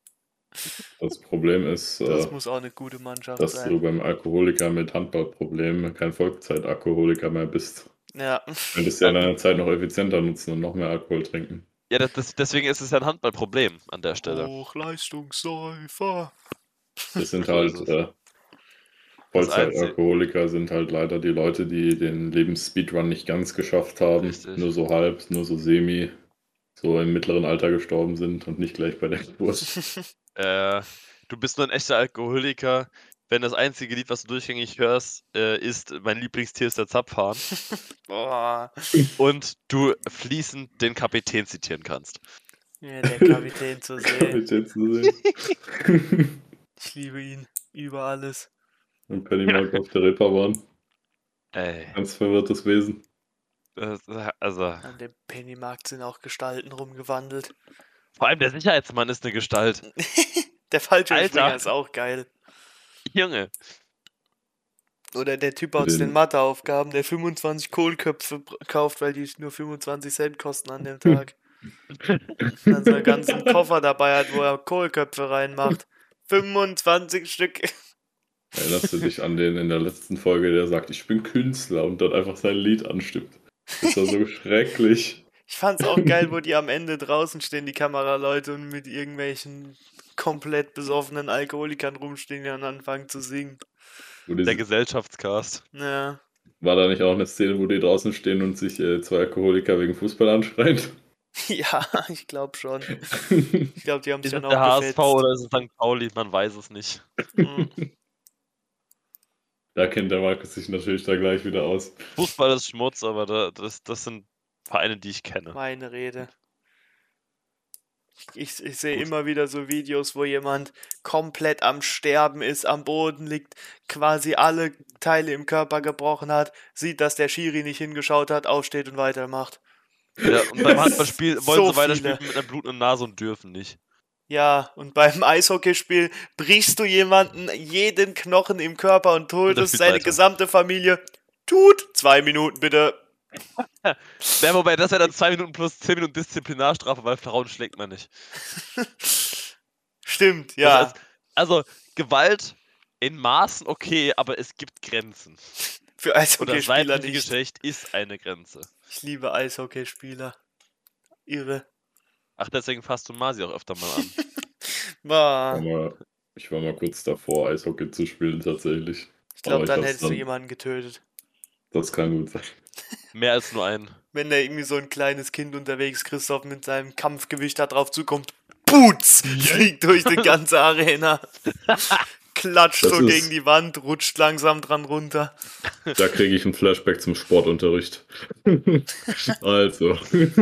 Das Problem ist, Das äh, muss auch eine gute Mannschaft dass du sein. beim Alkoholiker mit Handballproblemen kein Vollzeit-Alkoholiker mehr bist. Ja. Du könntest ja in deiner Zeit noch effizienter nutzen und noch mehr Alkohol trinken. Ja, das, das, deswegen ist es ja ein Handballproblem an der Stelle. Hochleistungssäufer. Das sind So halt ist es. äh, Das Einzige- Vollzeit-Alkoholiker sind halt leider die Leute, die den Lebensspeedrun nicht ganz geschafft haben, Richtig. nur so halb, nur so semi, so im mittleren Alter gestorben sind und nicht gleich bei der Geburt. Äh, du bist nur ein echter Alkoholiker, wenn das einzige Lied, was du durchgängig hörst, äh, ist Mein Lieblingstier ist der Zapfhahn Boah. und du fließend den Kapitän zitieren kannst. Ja, der Kapitän zur See. Kapitän zu sehen. Ich liebe ihn über alles. Und Pennymark auf der Reeperbahn. Ey, Ganz verwirrtes Wesen. das, also, An dem Pennymarkt sind auch Gestalten rumgewandelt. vor allem der Sicherheitsmann ist eine Gestalt. Der Fallschirmspringer Alter. ist auch geil. Junge, Oder der Typ aus den Den- Matheaufgaben, der fünfundzwanzig Kohlköpfe br- kauft, weil die nur fünfundzwanzig Cent kosten an dem Tag. Und dann so einen ganzen Koffer dabei hat, wo er Kohlköpfe reinmacht. fünfundzwanzig Stück. Erinnerst du dich an den in der letzten Folge, der sagt, ich bin Künstler und dann einfach sein Lied anstimmt? Das war so schrecklich. Ich fand's auch geil, wo die am Ende draußen stehen, die Kameraleute, und mit irgendwelchen komplett besoffenen Alkoholikern rumstehen und anfangen zu singen. Wo der diese, Gesellschaftscast. Ja. war da nicht auch eine Szene, wo die draußen stehen und sich äh, zwei Alkoholiker wegen Fußball anschreien? Ja, ich glaube schon. Ich glaube, die haben Ist sich es dann der auch H S gefetzt. V oder ist es Sankt Pauli? Man weiß es nicht. Mhm. Da kennt der Markus sich natürlich da gleich wieder aus. Fußball ist Schmutz, aber da, das, das sind Vereine, die ich kenne. Meine Rede. Ich, ich sehe Gut. immer wieder so Videos, wo jemand komplett am Sterben ist, am Boden liegt, quasi alle Teile im Körper gebrochen hat, sieht, dass der Schiri nicht hingeschaut hat, aufsteht und weitermacht. Ja, und beim Handballspiel wollen So sie weiterspielen viele. mit einer blutenden Nase und dürfen nicht. Ja, und beim Eishockeyspiel brichst du jemanden jeden Knochen im Körper und Und tötest er spielt seine weiter. gesamte Familie. Tut! Zwei Minuten bitte. Ja, wobei, das wäre dann zwei Minuten plus zehn Minuten Disziplinarstrafe, weil Frauen schlägt man nicht. Stimmt, ja. Also, also, Gewalt in Maßen okay, aber es gibt Grenzen. Für Und das Eishockeyspieler weibliche nicht. Geschlecht ist eine Grenze. Ich liebe Eishockeyspieler. Irre. Ach, deswegen fasst du Masi auch öfter mal an. Ich Bah. war mal, ich war mal kurz davor, Eishockey zu spielen, tatsächlich. Ich glaube, Aber ich dann hab's hättest du dann- jemanden getötet. Das kann gut sein. Mehr als nur einen. Wenn da irgendwie so ein kleines Kind unterwegs, Christoph, mit seinem Kampfgewicht da drauf zukommt. Putz! Fliegt durch die ganze Arena. Klatscht Das so ist- gegen die Wand, rutscht langsam dran runter. Da kriege ich ein Flashback zum Sportunterricht. Also.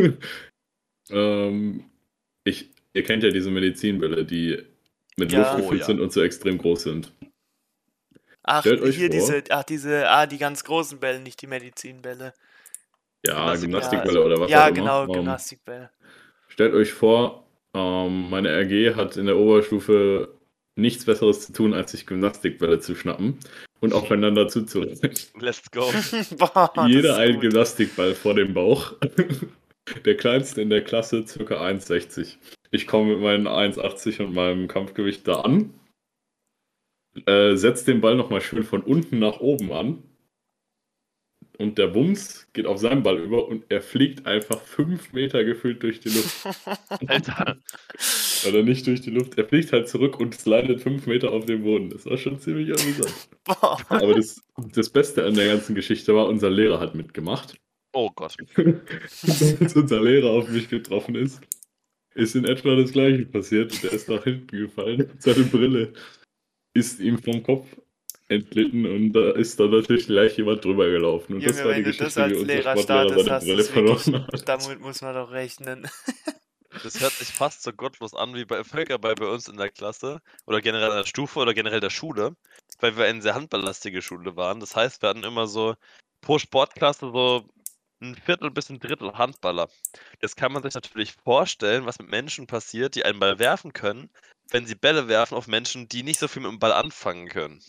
ähm, ich, ihr kennt ja diese Medizinbälle, die mit Ja. Luft gefüllt Oh, ja. sind und so extrem groß sind. Ach, Stellt euch hier vor- diese, ach, diese, ah, die ganz großen Bälle, nicht die Medizinbälle. Ja, Gymnastik- Gymnastikbälle oder was Ja, auch genau, immer. Ähm, Gymnastikbälle. Stellt euch vor, ähm, meine R G hat in der Oberstufe nichts Besseres zu tun, als sich Gymnastikbälle zu schnappen und aufeinander zuzurechnen. Let's go. Boah, das Jeder ist ein gut. Gymnastikball vor dem Bauch. Der kleinste in der Klasse ca. eins sechzig. Ich komme mit meinen eins achtzig und meinem Kampfgewicht da an. Äh, setz den Ball nochmal schön von unten nach oben an. Und der Bums geht auf seinen Ball über und er fliegt einfach fünf Meter gefühlt durch die Luft. Alter. Oder nicht durch die Luft. Er fliegt halt zurück und slidet fünf Meter auf den Boden. Das war schon ziemlich amüsant. Boah. Aber das, das Beste an der ganzen Geschichte war, unser Lehrer hat mitgemacht. Oh Gott. Als unser Lehrer auf mich getroffen ist, ist in etwa das Gleiche passiert. Der ist nach hinten gefallen. Seine Brille ist ihm vom Kopf entglitten und da ist dann natürlich gleich jemand drüber gelaufen. Und das Junge, war die wenn du das Geschichte, wie als unser Lehrer Sportlehrer startest, seine hast du Brille es wirklich, verloren hat. damit muss man doch rechnen. Das hört sich fast so gottlos an wie bei Völkerball bei uns in der Klasse oder generell in der Stufe oder generell der Schule, weil wir eine sehr handballlastige Schule waren. Das heißt, wir hatten immer so pro Sportklasse so ein Viertel bis ein Drittel Handballer. Jetzt kann man sich natürlich vorstellen, was mit Menschen passiert, die einen Ball werfen können, wenn sie Bälle werfen auf Menschen, die nicht so viel mit dem Ball anfangen können.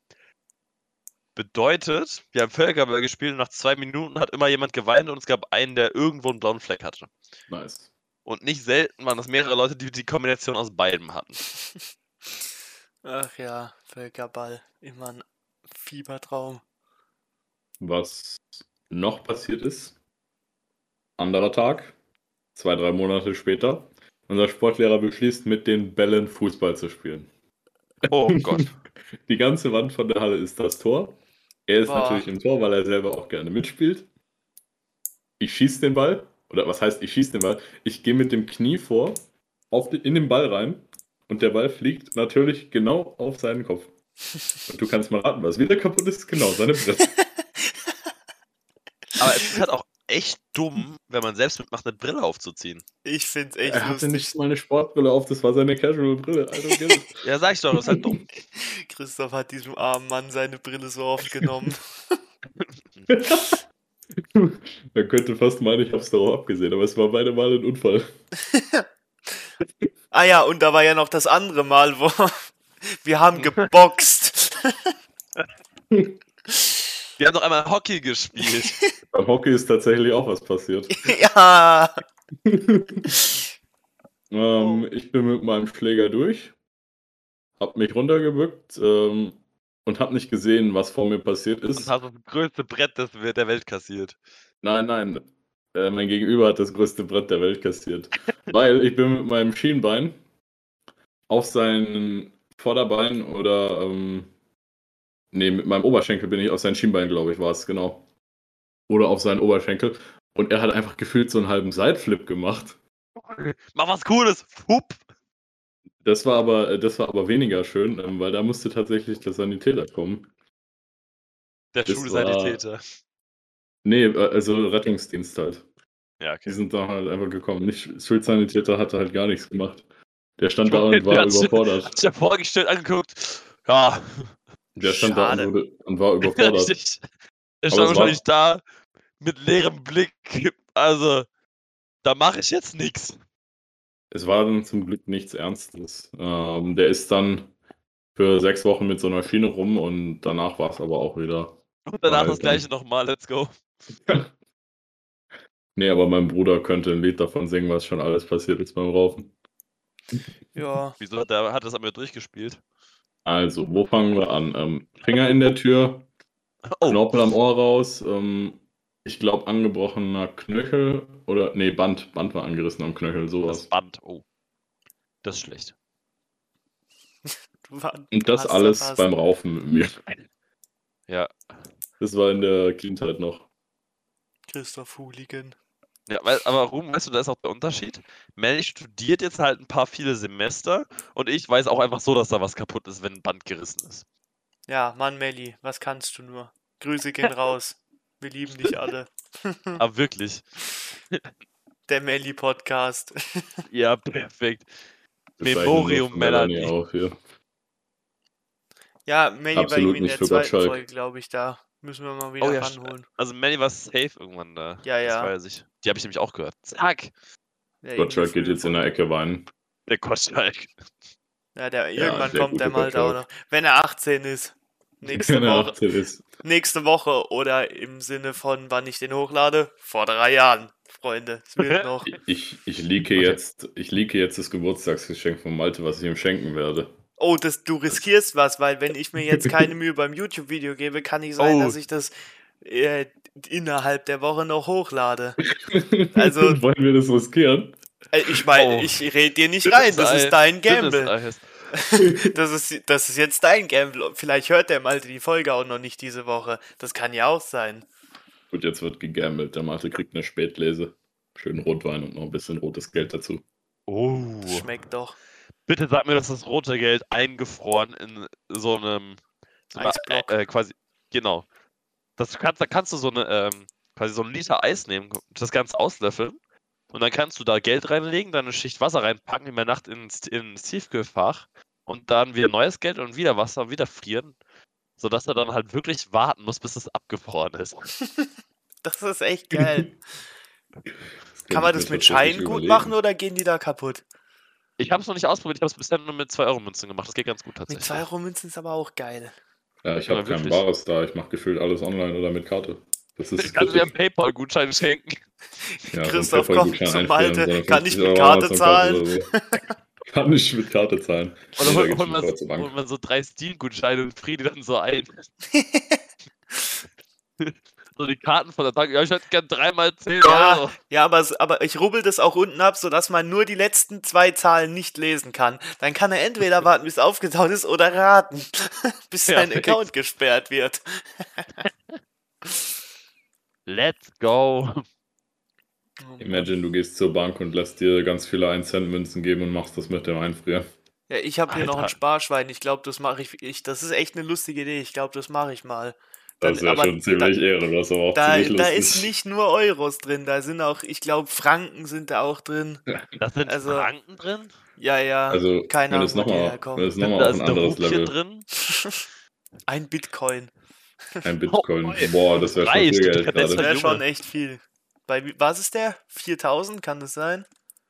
Bedeutet, wir haben Völkerball gespielt und nach zwei Minuten hat immer jemand geweint und es gab einen, der irgendwo einen blauen Fleck hatte. Nice. Und nicht selten waren das mehrere Leute, die die Kombination aus beidem hatten. Ach ja, Völkerball. Immer ein Fiebertraum. Was noch passiert ist, anderer Tag, zwei, drei Monate später, unser Sportlehrer beschließt, mit den Bällen Fußball zu spielen. Oh Gott. Die ganze Wand von der Halle ist das Tor. Er ist Boah. natürlich im Tor, weil er selber auch gerne mitspielt. Ich schieße den Ball, oder was heißt, ich schieße den Ball? Ich gehe mit dem Knie vor, auf den, in den Ball rein und der Ball fliegt natürlich genau auf seinen Kopf. Und du kannst mal raten, was wieder kaputt ist. Genau, seine Brille. Aber es ist halt auch echt dumm, wenn man selbst mitmacht, eine Brille aufzuziehen. Ich find's echt Er hatte lustig. nicht mal eine Sportbrille auf, das war seine Casual-Brille. I don't get it. Ja, sag ich doch, das ist halt dumm. Christoph hat diesem armen Mann seine Brille so oft genommen. Man könnte fast meinen, ich hab's darauf abgesehen, aber es war beide Male ein Unfall. Ah ja, und da war ja noch das andere Mal, wo wir haben geboxt. Wir haben doch einmal Hockey gespielt. Beim Hockey ist tatsächlich auch was passiert. Ja. ähm, ich bin mit meinem Schläger durch, hab mich runtergebückt ähm, und hab nicht gesehen, was vor mir passiert Und ist. hast das größte Brett des- der Welt kassiert. Nein, nein, äh, mein Gegenüber hat das größte Brett der Welt kassiert. Weil ich bin mit meinem Schienbein auf sein Vorderbein oder, ähm, nee, mit meinem Oberschenkel bin ich auf sein Schienbein, glaube ich, war es, genau. Oder auf seinen Oberschenkel. Und er hat einfach gefühlt so einen halben Sideflip gemacht. Mach was Cooles. Hup. Das war aber, äh, das war aber weniger schön, ähm, weil da musste tatsächlich der Sanitäter kommen. Der Das Schulsanitäter. Nee, äh, also Rettungsdienst halt. Ja, Die okay. sind da halt einfach gekommen. Nicht, Schulsanitäter hatte halt gar nichts gemacht. Der stand da Der und war hat sich- überfordert. Hat sich ja vorgestellt, angeguckt. Ja. Der stand da und, Schade. wurde, und war überfordert. Richtig. Er Aber stand es wahrscheinlich da mit leerem Blick. Also, da mache ich jetzt nichts. Es war dann zum Glück nichts Ernstes. Ähm, der ist dann für sechs Wochen mit so einer Schiene rum und danach war es aber auch wieder. Und danach Weil das gleiche nochmal. Let's go. Nee, aber mein Bruder könnte ein Lied davon singen, was schon alles passiert ist beim Raufen. Ja. Wieso hat der hat das an mir durchgespielt? Also, wo fangen wir an? Ähm, Finger in der Tür, Oh, Knorpel am Ohr raus, ähm, ich glaube angebrochener Knöchel oder, nee, Band, Band war angerissen am Knöchel, das sowas. Band. Oh. Das ist schlecht. Du war, Und das hast alles verpasst. beim Raufen mit mir. Ja. Das war in der Kindheit noch. Christoph Hooligan. Ja, weil, aber Ruhm, weißt du, da ist auch der Unterschied. Melly studiert jetzt halt ein paar viele Semester und ich weiß auch einfach so, dass da was kaputt ist, wenn ein Band gerissen ist. Ja, Mann, Melli, was kannst du nur? Grüße gehen raus. Wir lieben dich alle. Aber wirklich. Der Melli-Podcast. Ja, perfekt. Bezeichnen Memorium wir von Melanie Melanie. auf hier. Ja, Melli war Absolut irgendwie in nicht der für zweiten Gottschalk. Folge, glaube ich, da. Müssen wir mal wieder Oh ja, ranholen. also Melly war safe irgendwann da. Ja, Das ja. weiß ich. Die habe ich nämlich auch gehört. Zack. Ja, Gottschalk irgendwie geht jetzt in frühe der Ecke weinen. Der Gottschalk. Folge. Ja, der, Ja, irgendwann der kommt der gute mal da, Gottschalk. oder? Wenn er achtzehn ist. Nächste Wenn er Woche. achtzehn ist. Nächste Woche oder im Sinne von, wann ich den hochlade? Vor drei Jahren, Freunde. Es wird noch. Ich, ich, leake Okay. jetzt, ich leake jetzt das Geburtstagsgeschenk von Malte, was ich ihm schenken werde. Oh, das, du riskierst was, weil wenn ich mir jetzt keine Mühe beim YouTube-Video gebe, kann nicht sein, Oh. dass ich das äh, innerhalb der Woche noch hochlade. Also- Wollen wir das riskieren? Äh, ich meine, Oh. ich rede dir nicht rein, das ist dein Dünnes Gamble. Eis. Das ist, das ist jetzt dein Gamble. Vielleicht hört der Malte die Folge auch noch nicht diese Woche. Das kann ja auch sein. Gut, jetzt wird gegambelt. Der Malte kriegt eine Spätlese. Schön Rotwein und noch ein bisschen rotes Geld dazu. Oh. Das schmeckt doch. Bitte sag mir, dass das rote Geld eingefroren in so einem so einer, Eisblock. äh, quasi genau. Das du kannst, da kannst du so eine ähm, quasi so einen Liter Eis nehmen, das Ganze auslöffeln und dann kannst du da Geld reinlegen, dann eine Schicht Wasser reinpacken, in der Nacht ins, ins Tiefkühlfach und dann wieder neues Geld und wieder Wasser und wieder frieren, sodass er dann halt wirklich warten muss, bis es abgefroren ist. Das ist echt geil. Das Kann man könnte das ich mit mir tatsächlich Scheinen gut überlegen. machen oder gehen die da kaputt? Ich habe es noch nicht ausprobiert, ich habe es bisher nur mit zwei Euro Münzen gemacht. Das geht ganz gut Mit tatsächlich. zwei Euro Münzen ist aber auch geil. Ja, ich Ja, habe keinen wirklich. Bares da. Ich mache gefühlt alles online oder mit Karte. Das Ich ist kann mir einen kritisch. PayPal-Gutschein schenken. Ja, so einen Christoph kommt PayPal-Gutschein zum einfrieren, Malte, so eine kann nicht fünfzig mit Euro Karte Amazon-Karte zahlen. oder so. Kann nicht mit Karte zahlen. Oder Nee, da hol- geht's holt man, sofort so- zur holt Bank. man so drei Steam-Gutscheine und friert die dann so ein. So die Karten von der Bank. Ja, ich hätte gern dreimal zehn Ja, Euro. ja, aber, s- aber ich rubbel das auch unten ab, sodass man nur die letzten zwei Zahlen nicht lesen kann. Dann kann er entweder warten, bis es aufgetaucht ist, oder raten, bis sein Perfekt. Account gesperrt wird. Let's go. Imagine, du gehst zur Bank und lässt dir ganz viele ein Cent Münzen geben und machst das mit dem Einfrieren. Ja, ich habe hier noch ein Alter. Sparschwein. Ich glaube, das mache ich, ich. Das ist echt eine lustige Idee. Ich glaube, das mache ich mal. Das Dann, ist ja aber schon ziemlich ehrenlos, aber auch da, ziemlich da lustig. ist nicht nur Euros drin. Da sind auch, ich glaube, Franken sind da auch drin. Da sind Also- Franken drin. Ja, ja. Also, keine wenn Ahnung, es wo die nochmal herkommen. Sind noch da auf ist ein eine anderes Rupie Level. drin. Ein Bitcoin. Ein Bitcoin. Oh, Boah, das wäre schon Reich, viel die Geld kann Das jetzt gerade. wäre schon Junge. echt viel. Bei, wie- was ist der? viertausend, kann das sein?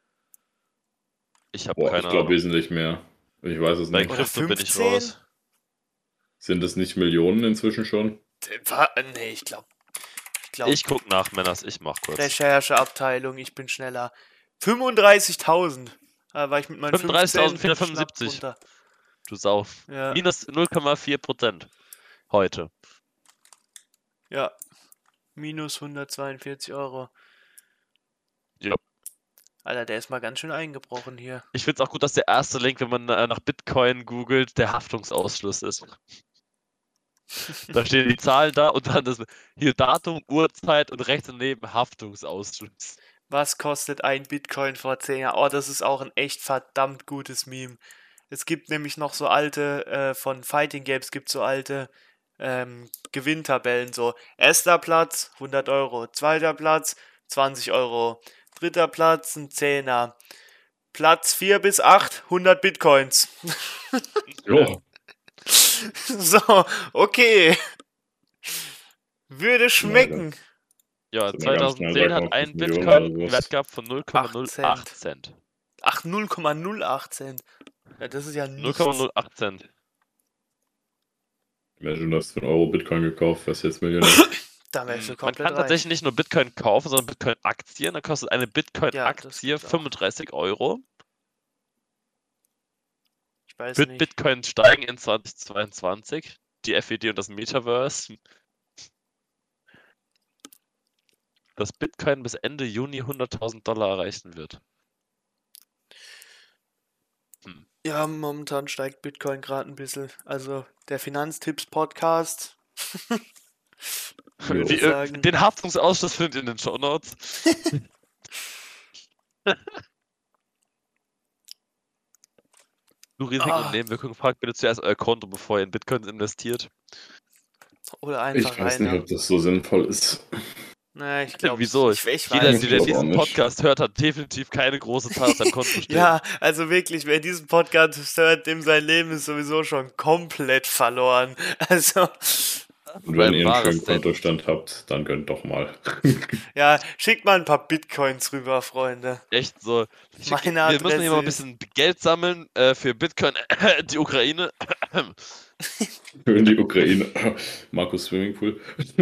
Ich habe Boah, keine ich glaube Ahnung. wesentlich mehr. Ich weiß es Bei nicht. Oder Krypto bin ich fünfzehn? raus. Sind es nicht Millionen inzwischen schon? D- wa- Nee, ich glaube. Ich glaube. Ich guck nach, Männers. Ich mach kurz. Rechercheabteilung, ich bin schneller. fünfunddreißigtausend. Da war ich mit meinen fünfunddreißigtausendvierhundertfünfundsiebzig. fünfzehn runter. Du Sau. Ja, Minus null Komma vier Prozent. Heute. ja. Minus hundertzweiundvierzig Euro. Ja. Alter, der ist mal ganz schön eingebrochen hier. Ich find's auch gut, dass der erste Link, wenn man äh, nach Bitcoin googelt, der Haftungsausschluss ist. Da stehen die Zahlen da und dann das hier Datum, Uhrzeit und rechts daneben Haftungsausschluss. Was kostet ein Bitcoin vor zehn Jahren? Oh, das ist auch ein echt verdammt gutes Meme. Es gibt nämlich noch so alte, äh, von Fighting Games gibt so alte ähm, Gewinntabellen. So, erster Platz hundert Euro, zweiter Platz zwanzig Euro, dritter Platz ein Zehner, Platz vier bis acht hundert Bitcoins. Jo. So, okay. Würde schmecken. Ja, Sind wir ganz schnell zweitausendzehn bei hat ein fünfzig Millionen Bitcoin oder sowas. einen Wert gehabt von null Komma null acht Cent. Ach, null Komma null acht Cent. Ja, das ist ja null nichts. Komma null acht Cent. Imagine, du hast für einen Euro Bitcoin gekauft, wärst jetzt Millionär. Da wärst du Man komplett kann reich. tatsächlich nicht nur Bitcoin kaufen, sondern Bitcoin-Aktien. Da kostet eine Ja, das Bitcoin-Aktie gibt's auch. fünfunddreißig Euro. Ich weiß Wird nicht. Bitcoin steigen in zweitausendzweiundzwanzig? Die F E D und das Metaverse? Dass Bitcoin bis Ende Juni hunderttausend Dollar erreichen wird. Ja, momentan steigt Bitcoin gerade ein bisschen. Also der Finanztipps-Podcast. Jo. Wie, sagen- äh, den Haftungsausschuss findet ihr in den Shownotes. Nur Risiken Ah. und Nebenwirkungen, fragt bitte zuerst euer Konto, bevor ihr in Bitcoins investiert. Oder einfach Ich weiß nicht, rein. ob das so sinnvoll ist. Nee, ich glaube, Wieso? Ich, ich Jeder, weiß ich der glaub diesen auch nicht. Podcast hört, hat definitiv keine große Zahl auf seinem Konto stehen. Ja, also wirklich, wer diesen Podcast hört, dem sein Leben ist sowieso schon komplett verloren. Also, Und wenn Ein ihr einen wahres schönen Statement. Kontostand habt, dann gönnt doch mal. ja, schickt mal ein paar Bitcoins rüber, Freunde. Echt so. Ich, Meine wir müssen Adresse hier mal ein ist- bisschen Geld sammeln äh, für Bitcoin, die Ukraine. Schön die Ukraine. Markus Swimmingpool.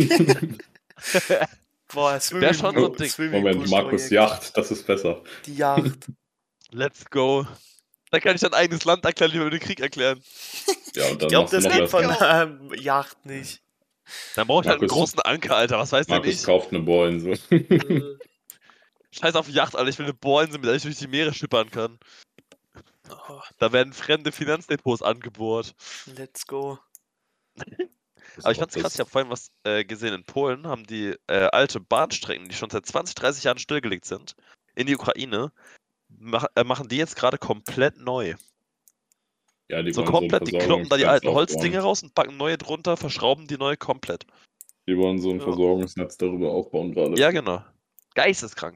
Boah, Wär schon so ein Swimmingpool, Ding. Swimmingpool Moment, Markus Projekt. Yacht, das ist besser. Die Yacht. Let's go. Da kann ich ein eigenes Land erklären, lieber den Krieg erklären. Ja, und dann Ich glaube, machst du das noch geht was. von Markus, einer Yacht nicht. Dann brauche ich halt einen Markus- großen Anker, Alter. Was weiß denn Markus ich? kauft eine Bohrinsel. Äh, Scheiß auf Yacht, Alter. Ich will eine Bohrinsel, mit der ich durch die Meere schippern kann. oh, Da werden fremde Finanzdepots angebohrt. let's go. Aber ich fand's krass, ich habe vorhin was äh, gesehen. In Polen haben die äh, alte Bahnstrecken, die schon seit zwanzig, dreißig Jahren stillgelegt sind, in die Ukraine, mach, äh, machen die jetzt gerade komplett neu. Ja, die So wollen komplett, die so ein kloppen da die Versorgungsnetz alten aufbauen. Holzdinge raus und packen neue drunter, verschrauben die neu komplett. Die wollen so ein Ja. Versorgungsnetz darüber aufbauen gerade. Ja, genau. Geisteskrank.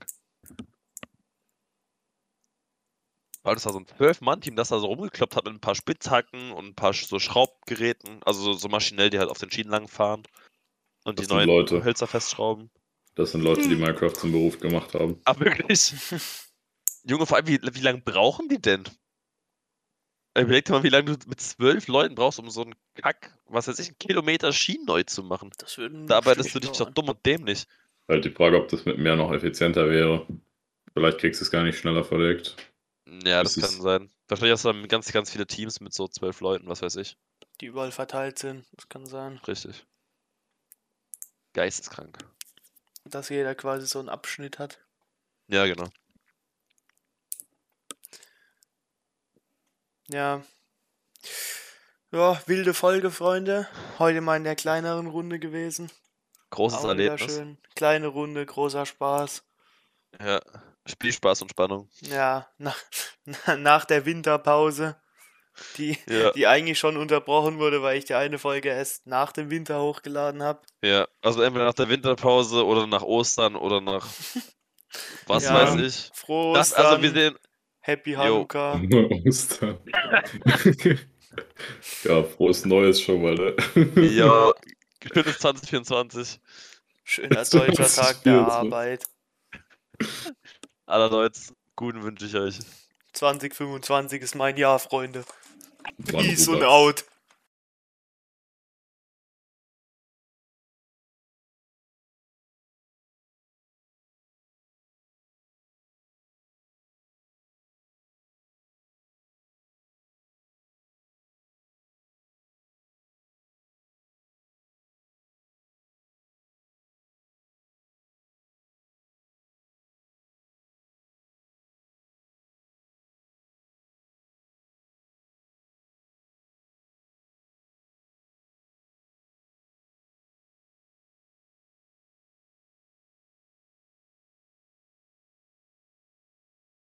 Weil das war so ein zwölf-Mann-Team, das da so rumgekloppt hat mit ein paar Spitzhacken und ein paar sch- so Schraubgeräten, also so, so maschinell, die halt auf den Schienen lang fahren und Das die sind neuen Leute. Hölzer festschrauben. Das sind Leute, die Minecraft zum Beruf gemacht haben. Ah, wirklich? Junge, vor allem, wie, wie lange brauchen die denn? Überleg dir mal, wie lange du mit zwölf Leuten brauchst, um so einen Kack, was weiß ich, einen Kilometer Schienen neu zu machen. Das würde ein Da arbeitest du Stückchen dich doch dauern. dumm und dämlich. Halt die Frage, ob das mit mehr noch effizienter wäre. Vielleicht kriegst du es gar nicht schneller verlegt. Ja, Das das kann ist- sein. Wahrscheinlich hast du dann ganz, ganz viele Teams mit so zwölf Leuten, was weiß ich. Die überall verteilt sind. Das kann sein. Richtig. Geisteskrank. Dass jeder quasi so einen Abschnitt hat. Ja, genau. Ja. Ja, wilde Folge, Freunde. Heute mal in der kleineren Runde gewesen. Großes Auch wieder Erlebnis. schön. Kleine Runde, großer Spaß. Ja. Spielspaß und Spannung. Ja, nach, nach der Winterpause, die, Ja. die eigentlich schon unterbrochen wurde, weil ich die eine Folge erst nach dem Winter hochgeladen habe. Ja. Also entweder nach der Winterpause oder nach Ostern oder nach was Ja. weiß ich. Frohe Das, also wir Ostern, sehen. Happy Jo. Hanukkah. Ostern. Ja, frohes Neues schon mal, ne? Ja. Schönes zwanzig vierundzwanzig. Schöner deutscher Tag der Arbeit. Allerseits, guten wünsche ich euch. zwanzig fünfundzwanzig ist mein Jahr, Freunde. Mann, Peace und Hubert. out.